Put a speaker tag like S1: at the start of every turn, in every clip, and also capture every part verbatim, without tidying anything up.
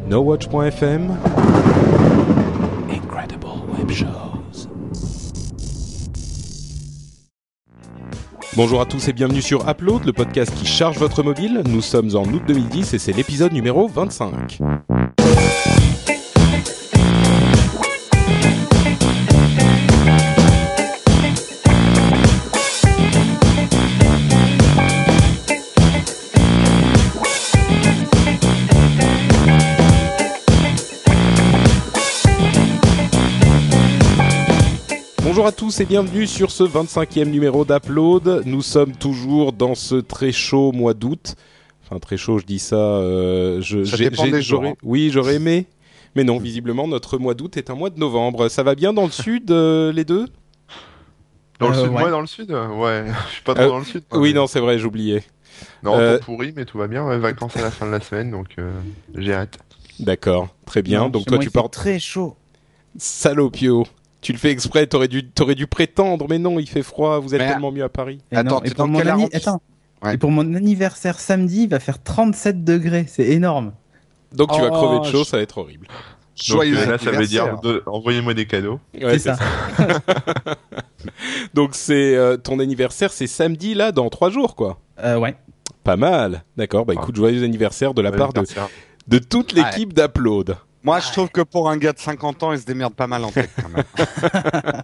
S1: NoWatch point F M. Incredible Web Shows. Bonjour à tous et bienvenue sur Upload, le podcast qui charge votre mobile. Nous sommes en août deux mille dix et c'est l'épisode numéro vingt-cinq. Bonjour à tous et bienvenue sur ce vingt-cinquième numéro d'Upload. Nous sommes toujours dans ce très chaud mois d'août. Enfin très chaud, je dis ça. Euh, je,
S2: ça
S1: j'ai,
S2: dépend
S1: j'ai,
S2: des
S1: j'aurais,
S2: jours.
S1: Oui, j'aurais aimé. Mais non, visiblement, notre mois d'août est un mois de novembre. Ça va bien dans le sud, euh, les deux ?
S2: Dans le
S3: Euh,
S2: sud,
S3: ouais.
S2: moi dans le sud, ouais, je suis pas trop
S1: Euh,
S2: dans le sud. Quoi,
S1: Oui,
S2: mais-
S1: non, c'est vrai, j'oubliais.
S2: Non,
S1: euh,
S2: pas pourri, mais tout va bien. Ouais, vacances à la fin de la semaine, donc euh, j'ai hâte.
S1: D'accord, très bien.
S3: Non,
S1: Donc
S3: chez
S1: toi,
S3: moi,
S1: tu
S3: il fait
S1: portes
S3: très chaud.
S1: Salopio. Tu le fais exprès, t'aurais dû, t'aurais dû prétendre, mais non, il fait froid, vous êtes
S2: Mais-
S1: tellement mieux à Paris.
S3: Et
S2: Attends,
S3: non,
S2: t'es
S3: et pour
S2: dans
S3: mon
S2: quel
S3: anni-
S2: arrondissement
S3: Attends.
S2: Ouais.
S3: Et pour mon anniversaire samedi, il va faire trente-sept degrés. C'est énorme.
S1: Donc tu vas
S2: Oh,
S1: crever de chaud,
S2: je-
S1: ça va être horrible.
S2: Joyeux
S4: Donc, euh, là, ça veut dire
S2: anniversaire.
S4: de... envoyez-moi des cadeaux.
S1: Ouais,
S3: c'est ça.
S1: Donc c'est euh, ton anniversaire, c'est samedi là, dans trois jours quoi.
S3: Euh, ouais.
S1: Pas mal. D'accord. Bah écoute, joyeux anniversaire de la part de
S4: Anniversaire.
S1: de toute l'équipe d'Upload.
S2: Moi, je trouve que pour un gars de cinquante ans, il se démerde pas mal en tech quand même.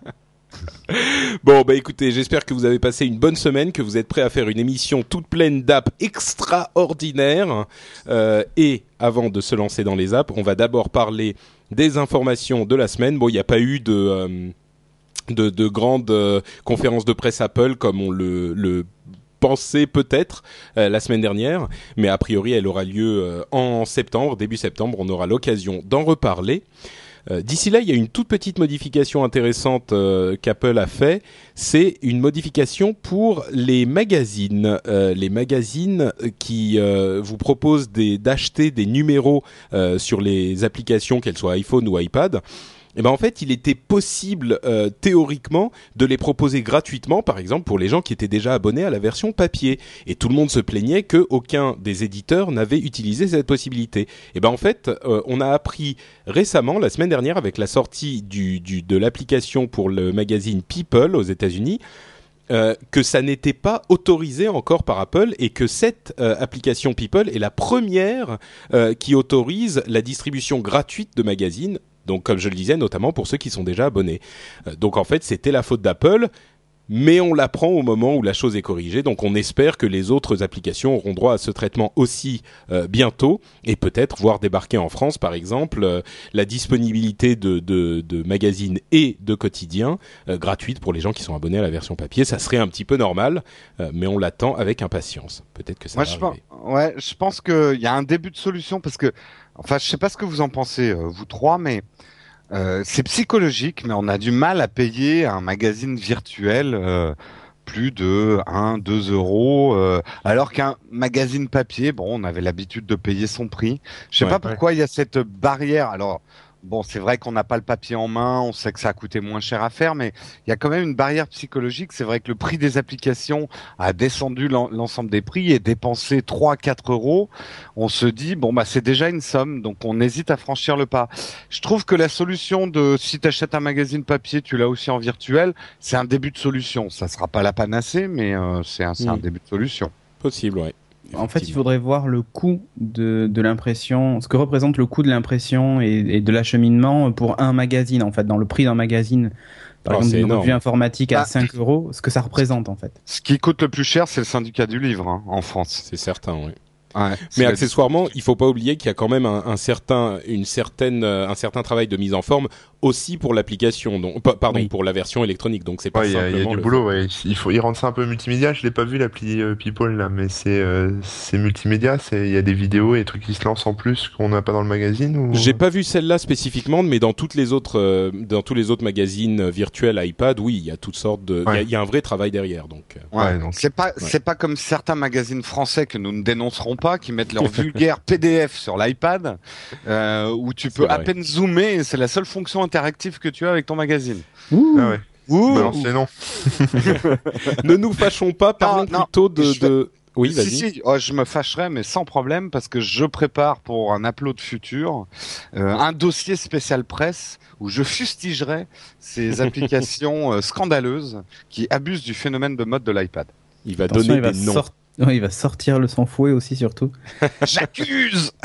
S1: Bon, bah écoutez, j'espère que vous avez passé une bonne semaine, que vous êtes prêts à faire une émission toute pleine d'apps extraordinaires. Euh, et avant de se lancer dans les apps, on va d'abord parler des informations de la semaine. Bon, il n'y a pas eu de euh, de, de grandes euh, conférences de presse Apple comme on le, le pensait peut-être euh, la semaine dernière, mais a priori elle aura lieu euh, en septembre, début septembre. On aura l'occasion d'en reparler. Euh, d'ici là, il y a une toute petite modification intéressante euh, qu'Apple a fait. C'est une modification pour les magazines. Euh, les magazines qui euh, vous proposent des, d'acheter des numéros euh, sur les applications, qu'elles soient iPhone ou iPad. Eh ben en fait, il était possible euh, théoriquement de les proposer gratuitement, par exemple pour les gens qui étaient déjà abonnés à la version papier. Et tout le monde se plaignait que aucun des éditeurs n'avait utilisé cette possibilité. Eh ben en fait, euh, on a appris récemment, la semaine dernière, avec la sortie du, du de l'application pour le magazine People aux États-Unis, euh, que ça n'était pas autorisé encore par Apple et que cette euh, application People est la première euh, qui autorise la distribution gratuite de magazines. Donc, comme je le disais, notamment pour ceux qui sont déjà abonnés. Euh, donc, en fait, c'était la faute d'Apple, mais on l'apprend au moment où la chose est corrigée. Donc, on espère que les autres applications auront droit à ce traitement aussi euh, bientôt, et peut-être voir débarquer en France, par exemple, euh, la disponibilité de, de, de magazines et de quotidiens euh, gratuites pour les gens qui sont abonnés à la version papier. Ça serait un petit peu normal, euh, mais on l'attend avec impatience. Peut-être que ça
S2: Moi,
S1: va
S2: je pense,
S1: arriver.
S2: ouais, je pense qu'il y a un début de solution parce que, enfin, je sais pas ce que vous en pensez, euh, vous trois, mais euh, c'est psychologique, mais on a du mal à payer un magazine virtuel euh, plus de un, deux euros, euh, alors qu'un magazine papier, bon, on avait l'habitude de payer son prix. Je sais
S1: Ouais,
S2: pas pourquoi il y a cette barrière. Alors, bon, c'est vrai qu'on n'a pas le papier en main, on sait que ça a coûté moins cher à faire, mais il y a quand même une barrière psychologique. C'est vrai que le prix des applications a descendu l'en- l'ensemble des prix et dépensé trois à quatre euros. On se dit, bon, bah, c'est déjà une somme, donc on hésite à franchir le pas. Je trouve que la solution de, si tu achètes un magazine papier, tu l'as aussi en virtuel, c'est un début de solution. Ça sera pas la panacée, mais euh, c'est un, c'est un
S1: Mm.
S2: début de solution.
S1: Possible, ouais.
S3: En fait, il
S1: Effectivement.
S3: faudrait voir le coût de, de l'impression, ce que représente le coût de l'impression et, et de l'acheminement pour un magazine, en fait, dans le prix d'un magazine. Par
S1: Oh,
S3: exemple,
S1: c'est
S3: une
S1: énorme.
S3: revue informatique à
S2: Ah.
S3: cinq euros, ce que ça représente, en fait.
S2: Ce qui coûte le plus cher, c'est le syndicat du livre hein, en France.
S1: C'est certain, oui.
S2: Ouais, c'est
S1: Mais
S2: la-
S1: accessoirement, il faut pas oublier qu'il y a quand même un, un certain, une certaine, euh, un certain travail de mise en forme aussi pour l'application, donc pa- pardon
S3: Oui.
S1: pour la version électronique. Donc c'est pas
S4: Ouais, il y a, il y a
S1: simplement
S4: du
S1: le-
S4: boulot, ouais. Il faut, il rend ça un peu multimédia. Je l'ai pas vu l'appli euh, People là, mais c'est, euh, c'est multimédia. C'est, il y a des vidéos et des trucs qui se lancent en plus qu'on n'a pas dans le magazine ou.
S1: J'ai pas vu celle-là spécifiquement, mais dans toutes les autres, euh, dans tous les autres magazines euh, virtuels iPad, oui, il y a toutes sortes de, il y a-
S4: Ouais.
S1: il y, a un vrai travail derrière. Donc euh,
S2: Ouais,
S4: Ouais, donc-
S2: c'est pas c'est pas comme certains magazines français que nous ne dénoncerons pas qui mettent leur vulgaire P D F sur l'iPad euh, où tu
S1: C'est
S2: peux à
S1: vrai.
S2: peine zoomer et c'est la seule fonction interactive que tu as avec ton magazine.
S3: Ouh.
S4: Ah ouais.
S2: Ouh.
S4: Balance les noms.
S1: ne nous fâchons pas, parlons
S2: non,
S1: plutôt de,
S2: je vais-
S1: de... Oui, vas-y.
S2: Si, si, oh, je me fâcherais, mais sans problème, parce que je prépare pour un upload futur euh, un dossier spécial presse où je fustigerai ces applications euh, scandaleuses qui abusent du phénomène de mode de l'iPad.
S1: Il va
S3: Attention,
S1: donner
S3: il va
S1: des noms.
S3: sort- ouais, il va sortir le sang fouet aussi, surtout.
S2: J'accuse.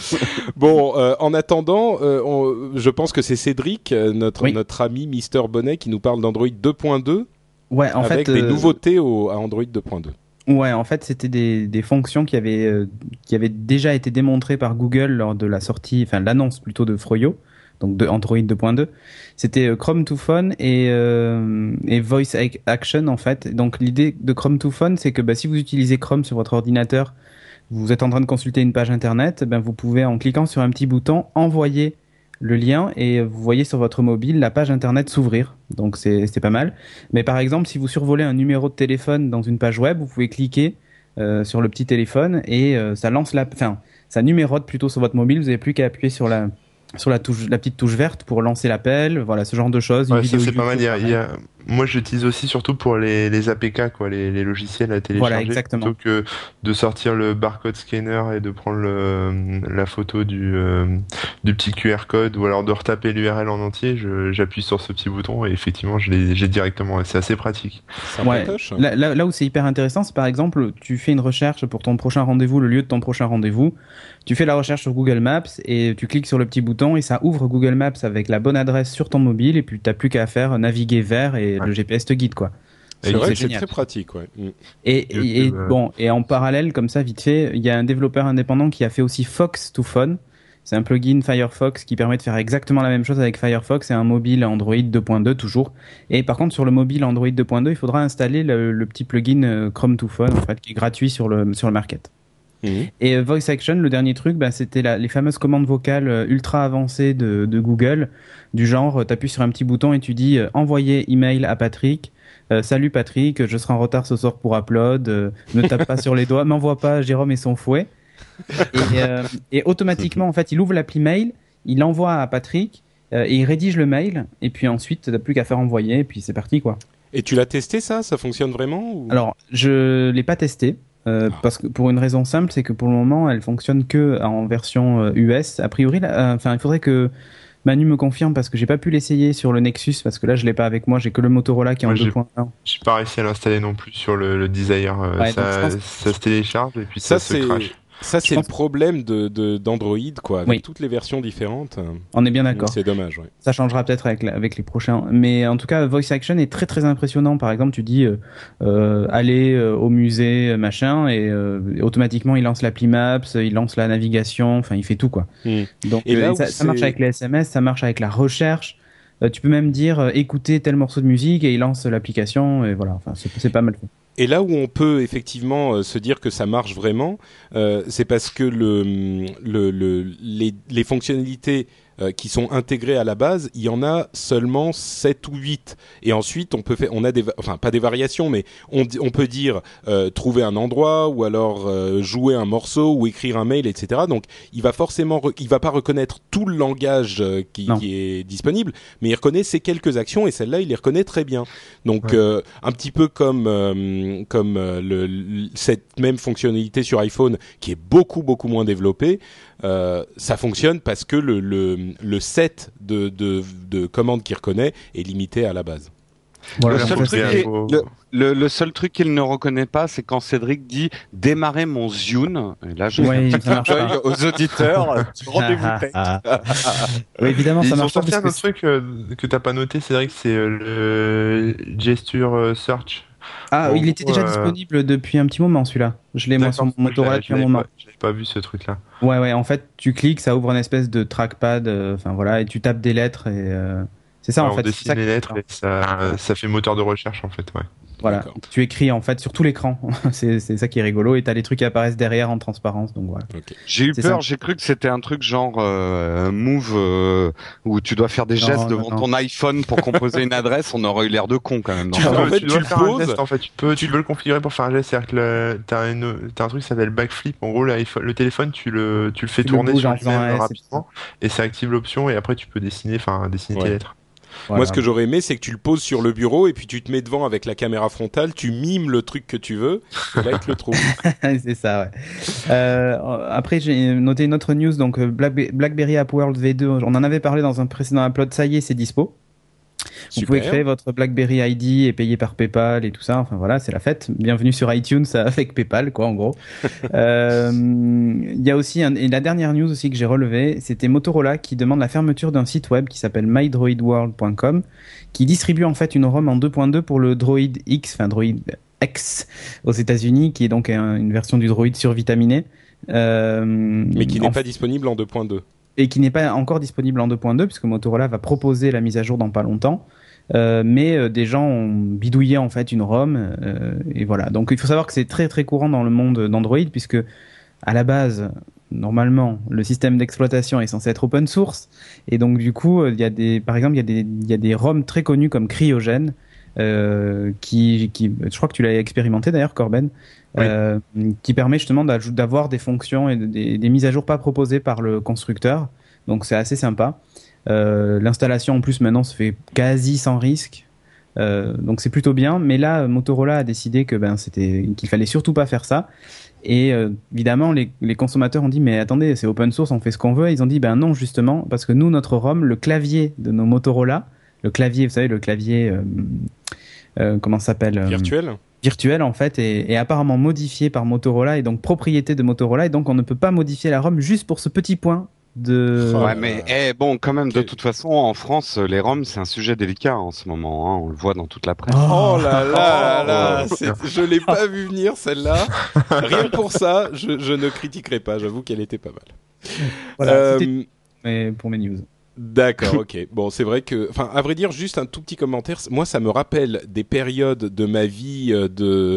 S1: Bon, euh, en attendant, euh, on- je pense que c'est Cédric, euh, notre
S3: Oui.
S1: notre ami Mister Bonnet, qui nous parle d'Android deux point deux
S3: Ouais, en
S1: avec
S3: fait,
S1: des
S3: euh,
S1: nouveautés au, à Android deux point deux.
S3: Ouais, en fait, c'était des, des fonctions qui avaient, euh, qui avaient déjà été démontrées par Google lors de la sortie, enfin l'annonce plutôt de Froyo, donc de Android deux point deux. C'était euh, Chrome to Phone et, euh, et Voice Ac- Action en fait. Donc l'idée de Chrome to Phone, c'est que bah, si vous utilisez Chrome sur votre ordinateur, vous êtes en train de consulter une page internet, ben vous pouvez en cliquant sur un petit bouton envoyer le lien et vous voyez sur votre mobile la page internet s'ouvrir. Donc c'est c'est pas mal. Mais par exemple, si vous survolez un numéro de téléphone dans une page web, vous pouvez cliquer euh, sur le petit téléphone et euh, ça lance la, enfin ça numérote plutôt sur votre mobile. Vous n'avez plus qu'à appuyer sur la sur la touche, la petite touche verte pour lancer l'appel. Voilà, ce genre de choses. Une
S4: Ouais, ça
S3: vidéo
S4: c'est pas mal. Il y a,
S3: YouTube,
S4: il y a... Moi, j'utilise aussi surtout pour les, les A P K, quoi, les, les logiciels à télécharger,
S3: Voilà, exactement.
S4: plutôt que de sortir le barcode scanner et de prendre le, la photo du, euh, du petit Q R code, ou alors de retaper l'U R L en entier. Je, j'appuie sur ce petit bouton et effectivement, je l'ai, j'ai directement. Et c'est assez pratique.
S3: Ouais.
S1: Sympatoche.
S3: Là, là, là où c'est hyper intéressant, c'est par exemple, tu fais une recherche pour ton prochain rendez-vous, le lieu de ton prochain rendez-vous. Tu fais la recherche sur Google Maps et tu cliques sur le petit bouton et ça ouvre Google Maps avec la bonne adresse sur ton mobile et puis t'as plus qu'à faire naviguer vers et
S4: Ouais.
S3: le G P S te guide quoi.
S1: C'est
S3: Et
S1: vrai
S3: c'est
S1: que c'est
S3: génial.
S1: très pratique, ouais. Mm.
S3: Et,
S4: YouTube,
S3: et, et
S4: euh,
S3: bon, et en parallèle, comme ça, vite fait, il y a un développeur indépendant qui a fait aussi Fox to Phone. C'est un plugin Firefox qui permet de faire exactement la même chose avec Firefox et un mobile Android deux point deux toujours. Et par contre, sur le mobile Android deux point deux, il faudra installer le, le petit plugin euh, Chrome to Phone, en fait, qui est gratuit sur le, sur le market.
S1: Mhm.
S3: Et euh, Voice Action, le dernier truc, bah, c'était la, les fameuses commandes vocales euh, ultra avancées de, de Google, du genre, tu appuies sur un petit bouton et tu dis euh, envoyer email à Patrick. Euh, salut Patrick, je serai en retard ce soir pour upload. Euh, ne tape pas sur les doigts, m'envoie pas Jérôme et son fouet. Et, euh, et automatiquement, en fait, il ouvre l'appli mail, il l'envoie à Patrick euh, et il rédige le mail. Et puis ensuite, t'as plus qu'à faire envoyer et puis c'est parti quoi.
S1: Et tu l'as testé ça? Ça fonctionne vraiment ou...
S3: Alors, je l'ai pas testé. Euh,
S1: Ah.
S3: Parce que pour une raison simple, c'est que pour le moment, elle fonctionne que en version euh, U S. A priori, là, euh, enfin, il faudrait que Manu me confirme parce que j'ai pas pu l'essayer sur le Nexus parce que là, je l'ai pas avec moi. J'ai que le Motorola qui est
S4: Moi,
S3: en
S4: j'ai-
S3: deux point un.
S4: J'ai pas réussi à l'installer non plus sur le, le Desire. euh,
S3: Ouais, donc je
S4: ça,
S3: pense-
S4: ça se télécharge et puis
S1: Ça,
S4: ça, se
S1: c'est
S4: crache.
S1: ça, c'est
S3: pense-
S1: le problème de de- d'Android, quoi. Avec
S3: Oui.
S1: toutes les versions différentes. euh,
S3: On est bien d'accord.
S1: C'est dommage, ouais.
S3: Ça changera peut-être avec, la- avec les prochains. Mais en tout cas, Voice Action est très très impressionnant. Par exemple, tu dis euh, euh, aller euh, au musée, euh, machin, et, euh, et automatiquement il lance l'appli Maps, il lance la navigation, enfin il fait tout quoi.
S1: Mm.
S3: Donc
S1: Et
S3: euh,
S1: là
S3: et
S1: où
S3: ça, ça marche
S1: c'est-
S3: avec les S M S, ça marche avec la recherche. Euh, tu peux même dire euh, écoutez tel morceau de musique et il lance l'application et voilà. Enfin c'est c'est pas mal fait.
S1: Et là où on peut effectivement euh, se dire que ça marche vraiment, euh, c'est parce que le, le, le, les, les fonctionnalités euh, qui sont intégrées à la base, il y en a seulement sept ou huit. Et ensuite, on peut faire, on a des, va- enfin pas des variations, mais on, di- on peut dire euh, trouver un endroit ou alors euh, jouer un morceau ou écrire un mail, et cetera. Donc, il va forcément, re- il va pas reconnaître tout le langage euh, qui,
S3: Non.
S1: qui est disponible, mais il reconnaît ces quelques actions et celle-là, il les reconnaît très bien. Donc,
S4: Ouais.
S1: euh, un petit peu comme euh, comme euh, le, le- cette même fonctionnalité sur iPhone qui est beaucoup beaucoup moins développée, euh, ça fonctionne parce que le le, le set de, de de commandes qu'il reconnaît est limité à la base.
S3: Voilà,
S2: le,
S3: donc
S2: seul
S3: ça,
S2: truc
S4: c'est-
S2: qui est- le, le- le seul truc qu'il ne reconnaît pas, c'est quand Cédric dit démarrer mon Zune. Et là, je
S3: Ouais,
S2: fais un
S3: ça marche
S2: petit
S3: pas.
S2: œil aux auditeurs. Rendez-vous tech.
S3: Oui, évidemment,
S4: Et
S3: ça
S4: ils ont
S3: marche pas
S4: sorti
S3: parce
S4: un
S3: que
S4: autre truc euh, que t'as pas noté, Cédric, c'est euh, le gesture euh, search.
S3: ah,
S4: En
S3: il était
S4: gros,
S3: déjà
S4: euh,
S3: disponible depuis un petit moment celui-là. Je l'ai moi sur mon
S4: D'accord,
S3: Motorola
S4: je
S3: depuis un
S4: l'avais
S3: moment.
S4: pas- Je l'avais pas vu ce truc-là.
S3: Ouais, ouais, en fait, tu cliques, ça ouvre une espèce de trackpad, euh, enfin voilà, et tu tapes des lettres et euh, c'est ça
S4: Ouais,
S3: en
S4: on
S3: fait. c'est
S4: dessine
S3: ça
S4: les
S3: qui-
S4: lettres et ça, ça fait moteur de recherche en fait, ouais.
S3: Voilà,
S1: D'accord.
S3: tu écris en fait sur tout l'écran. c'est c'est ça qui est rigolo et t'as les trucs qui apparaissent derrière en transparence, donc voilà.
S1: Ok.
S2: J'ai eu
S3: C'est
S2: peur,
S3: ça.
S2: j'ai cru que c'était un truc genre euh, Move euh, où tu dois faire des
S3: Non,
S2: gestes
S3: non,
S2: devant
S3: non.
S2: ton iPhone pour composer une adresse. On aurait eu l'air de con quand même.
S1: Tu
S2: Non,
S1: peux- en
S4: peux-
S1: fait,
S4: dois
S1: tu le
S4: faire un
S1: poses.
S4: geste, en fait, tu peux, tu peux le configurer pour faire un geste, c'est-à-dire que le- t'as une, t'as un truc qui s'appelle backflip. En gros, l'iPhone- le téléphone, tu le, tu le fais
S3: Tu le
S4: tourner
S3: bouges
S4: sur
S3: en faisant
S4: lui-même
S3: un S,
S4: rapidement, et ça active l'option, et après tu peux dessiner, enfin, dessiner
S1: Ouais.
S4: tes lettres.
S1: Voilà. Moi, ce que j'aurais aimé, c'est que tu le poses sur le bureau et puis tu te mets devant avec la caméra frontale, tu mimes le truc que tu veux, et là, il te le trouve.
S3: C'est ça, ouais. Euh, après, j'ai noté une autre news, donc Blackberry, BlackBerry App World V deux, on en avait parlé dans un précédent upload, ça y est, c'est dispo. Vous
S1: Super.
S3: pouvez créer votre BlackBerry I D et payer par PayPal et tout ça. Enfin voilà, c'est la fête. Bienvenue sur iTunes avec PayPal, quoi, en gros. euh, il y a aussi un, et la dernière news aussi que j'ai relevée, c'était Motorola qui demande la fermeture d'un site web qui s'appelle my droid world point com, qui distribue en fait une ROM en deux point deux pour le Droid X, enfin Droid X aux États-Unis, qui est donc un, une version du Droid survitaminé. Euh,
S1: Mais qui n'est
S3: en
S1: pas disponible en deux point deux.
S3: Et qui n'est pas encore disponible en deux point deux, puisque Motorola va proposer la mise à jour dans pas longtemps. Euh, mais euh, des gens ont bidouillé en fait une ROM, euh, et voilà. Donc il faut savoir que c'est très très courant dans le monde d'Android, puisque à la base, normalement, le système d'exploitation est censé être open source, et donc du coup, il y a des, par exemple, il y a des, il y a des ROM très connus comme Cryogen, euh, qui, qui, je crois que tu l'as expérimenté d'ailleurs, Corben. Oui. Euh, qui permet justement d'avoir des fonctions et des, des mises à jour pas proposées par le constructeur. Donc c'est assez sympa. Euh, l'installation en plus maintenant se fait quasi sans risque. Euh, donc c'est plutôt bien. Mais là, Motorola a décidé que ben c'était qu'il fallait surtout pas faire ça. Et euh, évidemment, les, les consommateurs ont dit mais attendez, c'est open source, on fait ce qu'on veut. Et ils ont dit ben non justement parce que nous notre ROM, le clavier de nos Motorola, le clavier, vous savez le clavier, euh, euh, comment ça s'appelle euh,
S1: virtuel.
S3: virtuel en fait est, est apparemment modifié par Motorola et donc propriété de Motorola et donc on ne peut pas modifier la ROM juste pour ce petit point de...
S2: Ouais mais eh, bon quand même de toute façon en France les ROM c'est un sujet délicat en ce moment, hein, on le voit dans toute la presse.
S1: Oh, oh là là là, là je l'ai pas vu venir celle-là. Rien que pour ça je, je ne critiquerai pas, j'avoue qu'elle était pas mal.
S3: Voilà, euh... c'était pour mes news.
S1: D'accord, ok. Bon, c'est vrai que, enfin, à vrai dire, juste un tout petit commentaire. Moi, ça me rappelle des périodes de ma vie de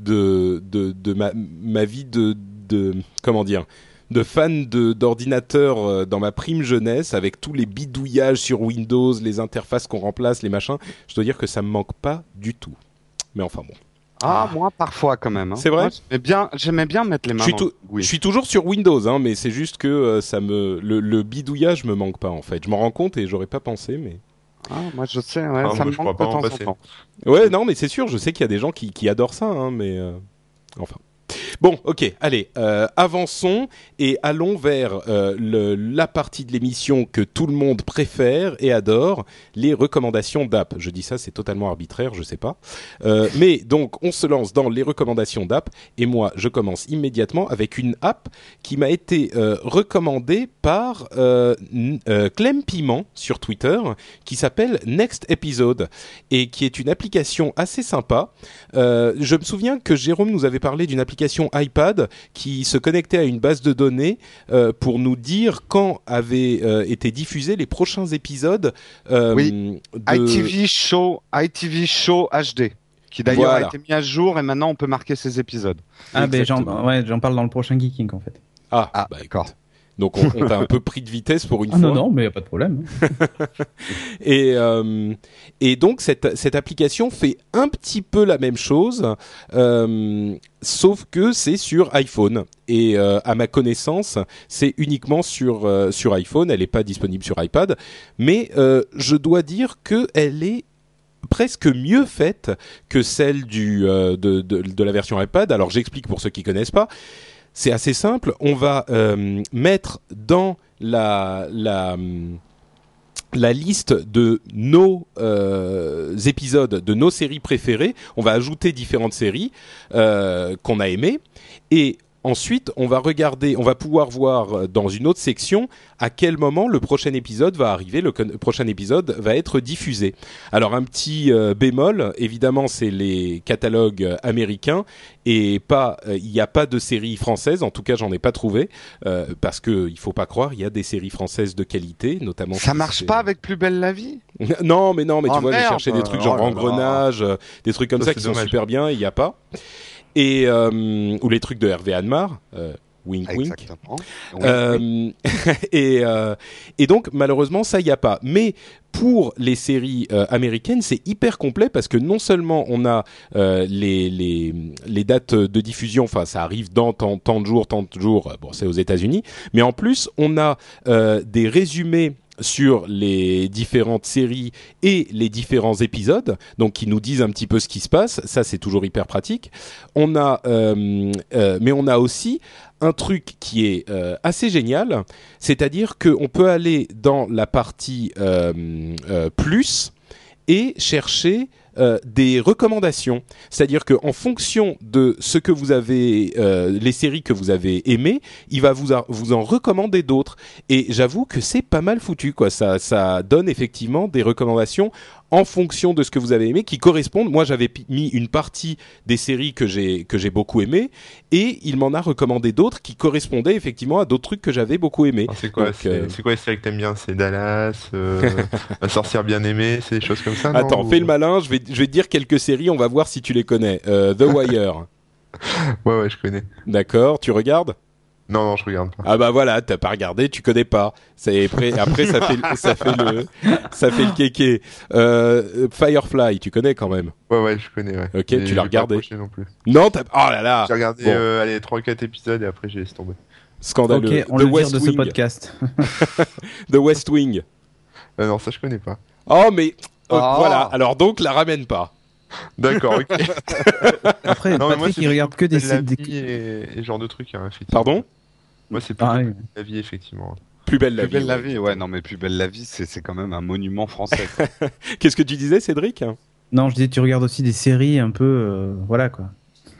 S1: de de, de ma, ma vie de de comment dire de fan de d'ordinateur dans ma prime jeunesse, avec tous les bidouillages sur Windows, les interfaces qu'on remplace, les machins. Je dois dire que ça me manque pas du tout. Mais enfin bon.
S2: Ah, moi parfois quand même. Hein.
S1: C'est vrai.
S2: Moi, j'aimais bien, j'aimais bien mettre les mains.
S1: Je suis,
S2: dans...
S1: tout,
S2: oui.
S1: je suis toujours sur Windows, hein, mais c'est juste que euh, ça me, le, le bidouillage me manque pas en fait. Je m'en rends compte et j'aurais pas pensé, mais.
S2: Ah, moi je sais, ouais,
S4: ah,
S2: ça
S4: moi,
S2: me manque de temps en temps.
S1: Ouais, non, mais c'est sûr, je sais qu'il y a des gens qui, qui adorent ça, hein, mais euh... enfin. Bon, ok, allez, euh, avançons et allons vers euh, le, la partie de l'émission que tout le monde préfère et adore, les recommandations d'app. Je dis ça, c'est totalement arbitraire, je sais pas. Euh, mais donc, on se lance dans les recommandations d'app et moi, je commence immédiatement avec une app qui m'a été euh, recommandée par euh, euh, Clem Piment sur Twitter, qui s'appelle Next Episode et qui est une application assez sympa. Euh, je me souviens que Jérôme nous avait parlé d'une application iPad qui se connectait à une base de données euh, pour nous dire quand avaient euh, été diffusés les prochains épisodes. Euh,
S2: oui.
S1: de...
S2: I T V Show, I T V Show H D, qui d'ailleurs voilà. a été mis à jour et maintenant on peut marquer ses épisodes.
S3: Ah ben j'en, ouais, j'en parle dans le prochain Geeking en fait.
S1: Ah, ah bah, d'accord. Donc on, on t'a un peu pris de vitesse pour une
S3: ah
S1: fois.
S3: Non, non, mais y a pas de problème.
S1: et, euh, et donc cette, cette application fait un petit peu la même chose, euh, sauf que c'est sur iPhone. Et euh, à ma connaissance, c'est uniquement sur, euh, sur iPhone, elle n'est pas disponible sur iPad. Mais euh, je dois dire qu'elle est presque mieux faite que celle du, euh, de, de, de la version iPad. Alors j'explique pour ceux qui connaissent pas. C'est assez simple. On va euh, mettre dans la, la, la liste de nos euh, épisodes, de nos séries préférées. On va ajouter différentes séries euh, qu'on a aimées. Et ensuite, on va regarder, on va pouvoir voir dans une autre section à quel moment le prochain épisode va arriver, le con- prochain épisode va être diffusé. Alors un petit euh, bémol, évidemment, c'est les catalogues américains et pas, il euh, n'y a pas de séries françaises. En tout cas, j'en ai pas trouvé euh, parce que il faut pas croire, il y a des séries françaises de qualité, notamment.
S2: Ça marche pas avec Plus belle la vie.
S1: Non, mais non, mais
S2: oh,
S1: tu vois,
S2: merde.
S1: j'ai cherché des trucs genre
S2: oh
S1: Engrenage, euh, des trucs comme ça, ça qui sont dommage. Super bien, il y a pas. Et euh, ou les trucs de Hervé Admar, euh, wink wink.
S2: Exactement.
S1: Euh, et euh, et donc malheureusement ça y a pas. Mais pour les séries euh, américaines, c'est hyper complet parce que non seulement on a euh, les les les dates de diffusion, enfin ça arrive dans tant, tant de jours, tant de jours. Bon, c'est aux États-Unis, mais en plus on a euh, des résumés sur les différentes séries et les différents épisodes, donc qui nous disent un petit peu ce qui se passe. Ça, c'est toujours hyper pratique. On a, euh, euh, mais on a aussi un truc qui est euh, assez génial, c'est-à-dire qu'on peut aller dans la partie euh, euh, plus et chercher Euh, des recommandations, c'est-à-dire que en fonction de ce que vous avez, euh, les séries que vous avez aimées, il va vous a, vous en recommander d'autres. Et j'avoue que c'est pas mal foutu, quoi. Ça, ça donne effectivement des recommandations en fonction de ce que vous avez aimé, qui correspondent. Moi, j'avais p- mis une partie des séries que j'ai que j'ai beaucoup aimées, et il m'en a recommandé d'autres qui correspondaient effectivement à d'autres trucs que j'avais beaucoup aimés.
S4: Alors, c'est quoi,
S1: Donc,
S4: c'est,
S1: euh,
S4: c'est quoi les séries que t'aimes bien? C'est Dallas, euh, La sorcière bien aimée, c'est des choses comme ça, non?
S1: Attends,
S4: Ou-
S1: fais le malin. Je vais je vais te dire quelques séries. On va voir si tu les connais. Euh, The Wire.
S4: Ouais, ouais, je connais.
S1: D'accord. Tu regardes?
S4: Non, non, je regarde pas.
S1: Ah bah voilà, t'as pas regardé, tu connais pas. C'est après, après ça fait ça fait le ça fait le kéké. Euh, Firefly, tu connais quand même.
S4: Ouais, ouais, je connais, ouais.
S1: Ok,
S4: Mais
S1: tu
S4: j'ai
S1: l'as
S4: pas
S1: regardé.
S4: accroché non plus.
S1: Non, t'as oh là là.
S4: J'ai regardé,
S1: Bon.
S4: euh, allez, trois quatre épisodes et après j'ai laissé tomber.
S1: Scandaleux.
S3: Ok, on
S1: The
S3: le vire
S1: West
S3: de ce
S1: Wing.
S3: podcast.
S1: The West Wing.
S4: Euh, non, ça je connais pas.
S1: Oh mais oh,
S2: Oh.
S1: voilà. Alors donc la ramène pas.
S4: D'accord, ok.
S3: Après,
S4: Non, mais moi,
S3: Patrick,
S4: c'est
S3: il regarde que des,
S4: la
S3: des-
S4: vie et, et ce genre de trucs, hein, effectivement.
S1: Pardon?
S4: Moi, c'est plus
S3: Ah, oui.
S4: la vie, effectivement.
S1: Plus belle la
S2: Plus belle
S1: vie.
S2: la
S1: ouais.
S2: vie, ouais, non mais plus belle la vie, c'est c'est quand même un monument français. quoi.
S1: Qu'est-ce que tu disais, Cédric?
S3: Non, je disais, tu regardes aussi des séries un peu, euh, voilà quoi,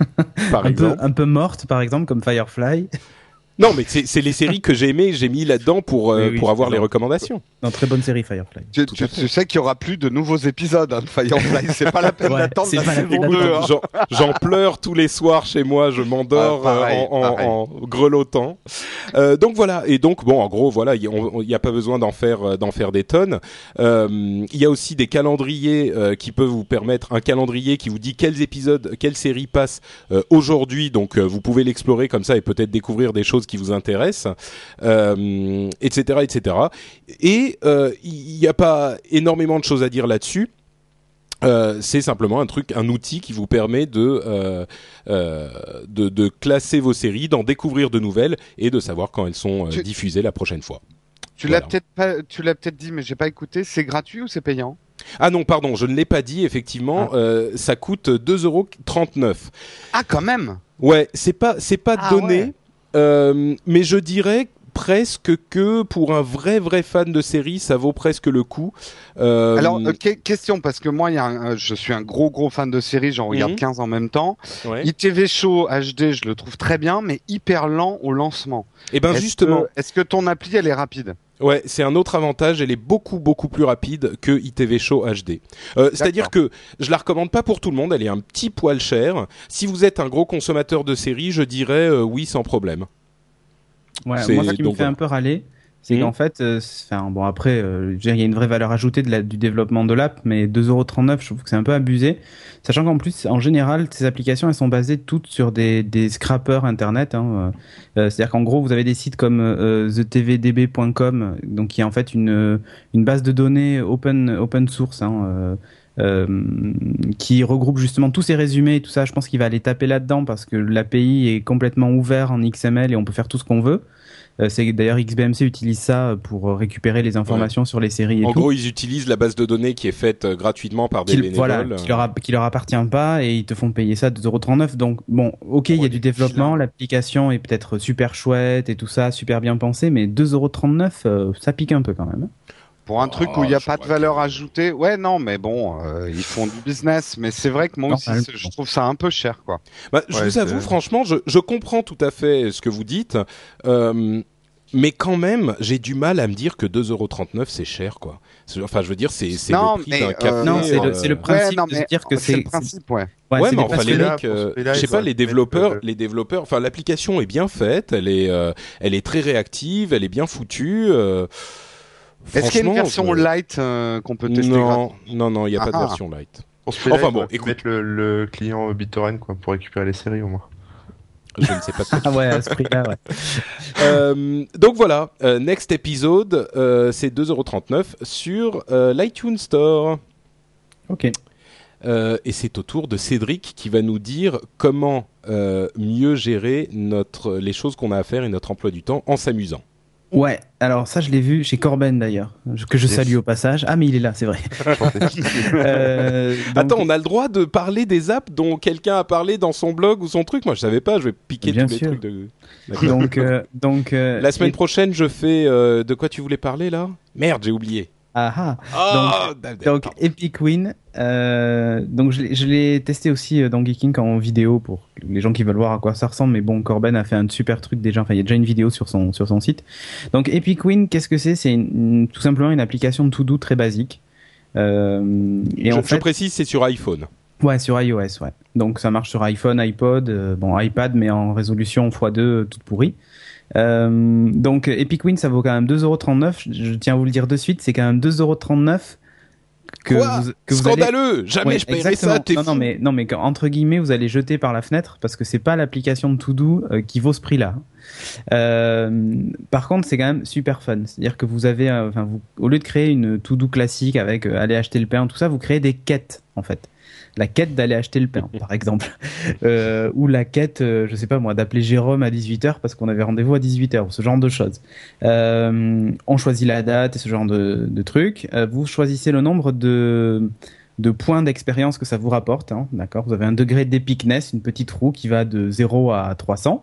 S1: Par
S3: un peu,
S1: exemple.
S3: un peu mortes, par exemple, comme Firefly.
S1: Non, mais c'est c'est les séries que j'ai aimées, j'ai mis là-dedans pour euh,
S3: Oui, oui,
S1: pour avoir
S3: c'est
S1: les
S3: ça.
S1: recommandations.
S3: Non, très bonne série Firefly.
S2: tu, tu, tu sais qu'il y aura plus de nouveaux épisodes hein, de Firefly, c'est pas la peine
S3: Ouais,
S2: d'attendre
S3: c'est
S2: la
S3: pas la
S2: saison
S3: peine
S2: deux.
S3: d'attendre.
S2: hein.
S1: J'en, j'en pleure tous les soirs chez moi, je m'endors
S2: Ah, pareil,
S1: euh, en, en,
S2: pareil.
S1: en grelottant. Euh, donc voilà, et donc bon, en gros, voilà, il n'y a pas besoin d'en faire euh, d'en faire des tonnes. Euh, Il y a aussi des calendriers euh, qui peuvent vous permettre, un calendrier qui vous dit quels épisodes, quelles séries passent euh, aujourd'hui. Donc euh, vous pouvez l'explorer comme ça et peut-être découvrir des choses qui vous intéressent, euh, et cetera, et cetera. Et euh, il n'y a pas énormément de choses à dire là-dessus. Euh, c'est simplement un truc, un outil qui vous permet de, euh, euh, de de classer vos séries, d'en découvrir de nouvelles et de savoir quand elles sont euh,
S2: Tu-
S1: diffusées la prochaine fois.
S2: Tu
S1: Voilà.
S2: l'as peut-être pas, tu l'as peut-être dit, mais j'ai pas écouté. C'est gratuit ou c'est payant?
S1: Ah non, pardon, je ne l'ai pas dit. Effectivement,
S2: Ah.
S1: euh, ça coûte deux euros trente-neuf.
S2: Ah, quand même.
S1: Ouais, c'est pas c'est pas
S2: Ah
S1: donné,
S2: ouais.
S1: euh, mais je dirais presque que pour un vrai vrai fan de série, ça vaut presque le coup. Euh,
S2: Alors, euh, que- question, parce que moi, il y a un- euh, je suis un gros gros fan de série, j'en regarde
S1: Mhm.
S2: quinze en même temps.
S1: ouais.
S2: I T V Show H D, je le trouve très bien, mais hyper lent au lancement.
S1: Et ben
S2: Est-ce
S1: justement.
S2: que- Est-ce que ton appli, elle est rapide?
S1: Ouais, c'est un autre avantage, elle est beaucoup beaucoup plus rapide que I T V Show H D. Euh, c'est-à-dire que je la recommande pas pour tout le monde, elle est un petit poil chère. Si vous êtes un gros consommateur de séries, je dirais euh, oui sans problème.
S3: Ouais,
S1: C'est-
S3: moi, ce qui me
S1: donc,
S3: fait
S1: voilà.
S3: un peu râler, c'est
S1: Mhm.
S3: qu'en fait, euh, c'est- enfin, bon, après, euh, je veux dire, il y a une vraie valeur ajoutée de la, du développement de l'app, mais deux euros trente-neuf, je trouve que c'est un peu abusé. Sachant qu'en plus, en général, ces applications, elles sont basées toutes sur des, des scrappers internet. Hein. Euh, c'est-à-dire qu'en gros, vous avez des sites comme euh, the t v d b point com, donc qui est en fait une, une base de données open, open source, hein, euh, euh, qui regroupe justement tous ces résumés et tout ça. Je pense qu'il va aller taper là-dedans parce que l'A P I est complètement ouvert en X M L et on peut faire tout ce qu'on veut. Euh, c'est d'ailleurs X B M C utilise ça pour récupérer les informations sur les séries et
S1: En
S3: tout.
S1: gros, ils utilisent la base de données qui est faite euh, gratuitement par des
S3: Qui,
S1: bénévoles.
S3: voilà, qui leur, a- qui leur appartient pas et ils te font payer ça deux euros trente-neuf. Donc bon, ok, il y a du développement, l'application est peut-être super chouette et tout ça, super bien pensé, mais deux euros trente-neuf, euh, ça pique un peu quand même.
S2: Pour un
S1: Oh,
S2: truc où il n'y a
S1: je
S2: pas de
S1: crois
S2: valeur
S1: que-
S2: ajoutée, ouais, non, mais bon, euh, ils font du business, mais c'est vrai que moi
S3: Non,
S2: aussi,
S3: ça-
S2: c'est- je trouve ça un peu cher, quoi.
S1: Bah, je
S4: Ouais,
S1: vous avoue,
S4: c'est-
S1: franchement, je, je comprends tout à fait ce que vous dites, euh, mais quand même, j'ai du mal à me dire que deux euros trente-neuf c'est cher, quoi. C'est- Enfin, je veux dire, c'est c'est
S2: Non,
S1: le prix
S2: mais,
S1: d'un
S2: euh,
S1: café.
S3: Non, c'est le,
S1: euh,
S3: c'est le principe
S2: Ouais, non,
S3: de se
S2: mais
S3: dire que
S2: c'est
S3: c'est.
S2: le principe, ouais.
S3: Ouais,
S1: ouais,
S3: c'est
S1: mais
S3: des
S1: enfin, les
S3: passionnés.
S1: mecs,
S4: pour ce
S1: euh,
S4: prix-là,
S1: je sais
S4: ils
S1: pas,
S4: auraient
S1: les
S4: pu mettre,
S1: développeurs,
S4: euh,
S1: les développeurs, enfin, l'application est bien faite, elle est, euh, elle est très réactive, elle est bien foutue. Euh,
S2: Est-ce qu'il y a une
S1: franchement,
S2: version
S1: je-
S2: light euh, qu'on peut tester
S1: Non,
S2: gratuitement
S1: non, non, il n'y a pas de
S2: Ah.
S1: version light.
S4: Pour ce prix-là,
S1: Enfin
S4: ils
S1: bon,
S4: auraient pu
S1: écoute.
S4: mettre le, le client BitTorrent, quoi, pour récupérer les séries, au moins.
S1: Je ne sais pas.
S3: Ah ouais, à ce prix-là, ouais.
S1: Euh, donc voilà, euh, next episode, euh, c'est deux euros trente-neuf sur euh, l'iTunes Store.
S3: Ok.
S1: Euh, et c'est au tour de Cédric qui va nous dire comment euh, mieux gérer notre, les choses qu'on a à faire et notre emploi du temps en s'amusant.
S3: Ouais, alors ça je l'ai vu chez Corben d'ailleurs, que je
S2: Yes.
S3: salue au passage. Ah mais il est là, c'est vrai. Euh, donc-
S1: Attends, on a le droit de parler des apps dont quelqu'un a parlé dans son blog ou son truc. Moi, je savais pas. Je vais piquer
S3: Bien
S1: tous
S3: sûr.
S1: les trucs de. D'accord.
S3: donc euh, donc euh,
S1: La semaine
S3: et-
S1: prochaine, je fais. Euh, de quoi tu voulais parler là? Merde, j'ai oublié.
S3: ah ah.
S1: Ah,
S3: Donc Epic Win, euh, donc je l'ai, je l'ai testé aussi euh, dans Geeking en vidéo pour les gens qui veulent voir à quoi ça ressemble. Mais bon, Corben a fait un super truc déjà. Enfin, il y a déjà une vidéo sur son sur son site. Donc Epic Win, qu'est-ce que c'est? C'est une- une- tout simplement une application de to-do très basique. Euh, et
S1: je,
S3: en
S1: je
S3: fait,
S1: précise, c'est sur iPhone.
S3: ouais, sur iOS, ouais. Donc ça marche sur iPhone, iPod, euh, bon iPad, mais en résolution fois deux, euh, toute pourrie. Euh, donc Epic Win, ça vaut quand même deux euros trente-neuf. Je, je tiens à vous le dire de suite, c'est quand même deux euros trente-neuf que
S1: Quoi
S3: vous, que vous allez-
S1: Scandaleux. Jamais
S3: Ouais,
S1: je paierais
S3: exactement.
S1: ça. T'es
S3: non,
S1: fou.
S3: non, mais non, mais quand- entre guillemets, vous allez jeter par la fenêtre parce que c'est pas l'application de To-Do euh, qui vaut ce prix-là. Euh, par contre, c'est quand même super fun. C'est-à-dire que vous avez, euh, enfin, vous, au lieu de créer une To-Do classique avec euh, aller acheter le pain, tout ça, vous créez des quêtes en fait. La quête d'aller acheter le pain, par exemple, euh, ou la quête, euh, je sais pas moi, d'appeler Jérôme à dix-huit heures parce qu'on avait rendez-vous à dix-huit heures, ou ce genre de choses. Euh, on choisit la date et ce genre de, de trucs. Euh, vous choisissez le nombre de de points d'expérience que ça vous rapporte, hein, d'accord. Vous avez un degré d'épicness, une petite roue qui va de zéro à trois cents.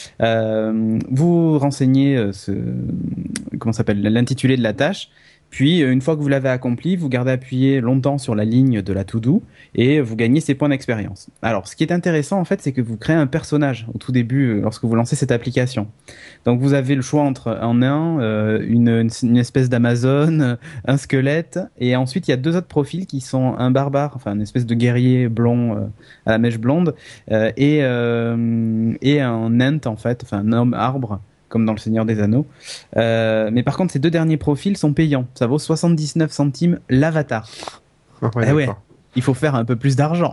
S3: Euh, vous renseignez euh, ce, comment ça s'appelle, l'intitulé de la tâche. Puis, euh, une fois que vous l'avez accompli, vous gardez appuyé longtemps sur la ligne de la to-do et vous gagnez ces points d'expérience. Alors, ce qui est intéressant, en fait, c'est que vous créez un personnage au tout début euh, lorsque vous lancez cette application. Donc, vous avez le choix entre un nain, euh, une, une espèce d'Amazon, un squelette, et ensuite, il y a deux autres profils qui sont un barbare, enfin, une espèce de guerrier blond euh, à la mèche blonde, euh, et, euh, et un ent, en fait, enfin, un homme arbre, comme dans Le Seigneur des Anneaux. Euh, mais par contre, ces deux derniers profils sont payants. Ça vaut soixante-dix-neuf centimes l'avatar.
S4: Ouais,
S3: Eh ouais,
S4: d'accord.
S3: il faut faire un peu plus d'argent.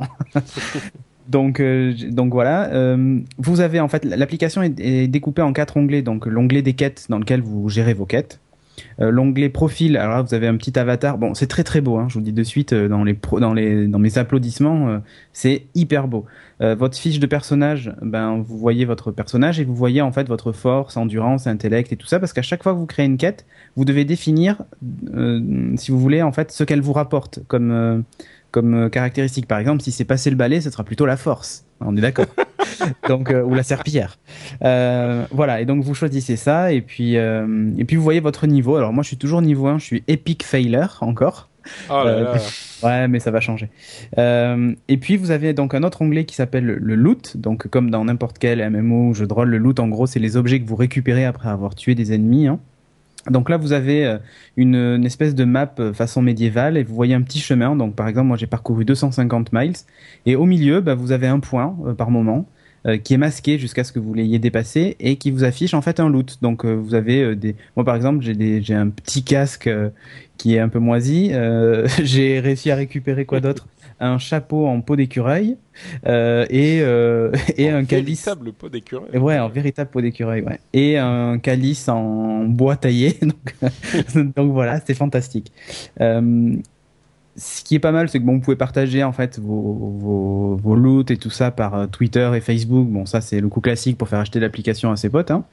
S3: donc, euh, j- donc voilà. Euh, vous avez en fait l'application est, est découpée en quatre onglets. Donc l'onglet des quêtes dans lequel vous gérez vos quêtes. Euh, l'onglet profil. Alors là, vous avez un petit avatar. Bon, c'est très très beau. Hein, je vous le dis de suite. euh, Dans les pro, dans les dans mes applaudissements, euh, c'est hyper beau. Euh, votre fiche de personnage, ben vous voyez votre personnage et vous voyez en fait votre force, endurance, intellect et tout ça parce qu'à chaque fois que vous créez une quête, vous devez définir, euh, si vous voulez en fait, ce qu'elle vous rapporte comme euh, comme euh, caractéristique. Par exemple, si c'est passer le balai, ce sera plutôt la force. On est d'accord. donc euh, ou la serpillière. Euh, voilà, et donc vous choisissez ça et puis euh, et puis vous voyez votre niveau. Alors moi je suis toujours niveau un, je suis epic failure encore.
S1: Oh là
S3: Euh,
S1: là.
S3: Ouais, mais ça va changer. Euh, et puis vous avez donc un autre onglet qui s'appelle le, le loot. Donc comme dans n'importe quel M M O ou jeu de rôle, le loot en gros c'est les objets que vous récupérez après avoir tué des ennemis. Hein. Donc là vous avez euh, une, une espèce de map euh, façon médiévale et vous voyez un petit chemin. Donc par exemple moi j'ai parcouru deux cent cinquante miles et au milieu bah, vous avez un point euh, par moment. Euh, qui est masqué jusqu'à ce que vous l'ayez dépassé et qui vous affiche en fait un loot. Donc euh, vous avez euh, des, moi par exemple j'ai des, j'ai un petit casque euh, qui est un peu moisi. Euh, j'ai réussi à récupérer quoi d'autre? Un chapeau en peau d'écureuil euh, et euh, et un calice.
S1: Véritable pot d'écureuil.
S3: Et ouais, un véritable pot d'écureuil, ouais. Et un calice en bois taillé. Donc, donc voilà, c'était fantastique. Euh, ce qui est pas mal, c'est que bon, vous pouvez partager en fait vos, vos, vos loots et tout ça par euh, Twitter et Facebook. Bon, ça c'est le coup classique pour faire acheter l'application à ses potes. Hein.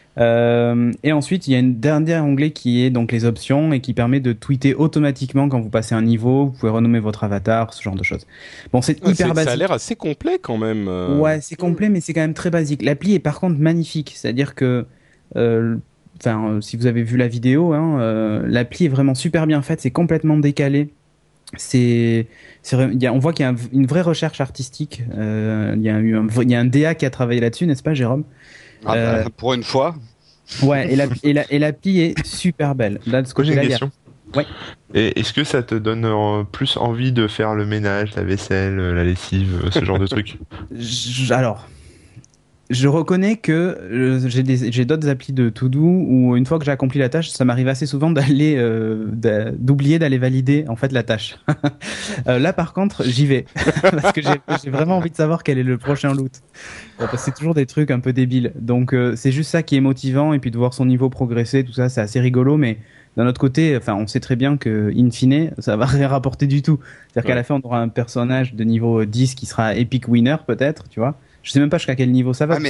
S3: Euh, et ensuite, il y a un dernier onglet qui est donc les options et qui permet de tweeter automatiquement quand vous passez un niveau. Vous pouvez renommer votre avatar, ce genre de choses. Bon, c'est
S1: Ah,
S3: hyper
S1: c'est-
S3: basique.
S1: Ça a l'air assez complet quand même. euh.
S3: Ouais, c'est complet, mais c'est quand même très basique. L'appli est par contre magnifique. C'est-à-dire que, euh, enfin, euh, si vous avez vu la vidéo, hein, euh, l'appli est vraiment super bien faite. C'est complètement décalé. C'est, c'est, vrai- il y a, on voit qu'il y a un- une vraie recherche artistique. Euh, il y a eu un, vrai- il y a un D A qui a travaillé là-dessus, n'est-ce pas, Jérôme?
S2: Ah bah,
S3: Euh,
S2: pour une fois.
S3: Ouais, et la, et la, et l'appli est super belle. Là, de ce
S4: Moi j'ai
S3: côté-là,
S4: une
S3: il y a-
S4: question.
S3: Ouais.
S4: Et est-ce que ça te donne euh, plus envie de faire le ménage, la vaisselle, euh, la lessive, euh, ce genre de trucs?
S3: Je- alors, je reconnais que euh, j'ai des, j'ai d'autres applis de to-do où une fois que j'ai accompli la tâche, ça m'arrive assez souvent d'aller, euh, d'a- d'oublier d'aller valider en fait la tâche. Euh, là, par contre, j'y vais parce que j'ai, j'ai vraiment envie de savoir quel est le prochain loot. Euh, Parce que c'est toujours des trucs un peu débiles. Donc, euh, c'est juste ça qui est motivant et puis de voir son niveau progresser, tout ça, c'est assez rigolo, mais d'un autre côté, enfin, on sait très bien que, in fine, ça va rien rapporter du tout. C'est-à-dire
S1: Ouais.
S3: qu'à la fin, on aura un personnage de niveau dix qui sera epic winner, peut-être, tu vois. Je sais même pas jusqu'à quel niveau ça va.
S2: Ah,
S3: parce
S2: mais-
S3: qu'il-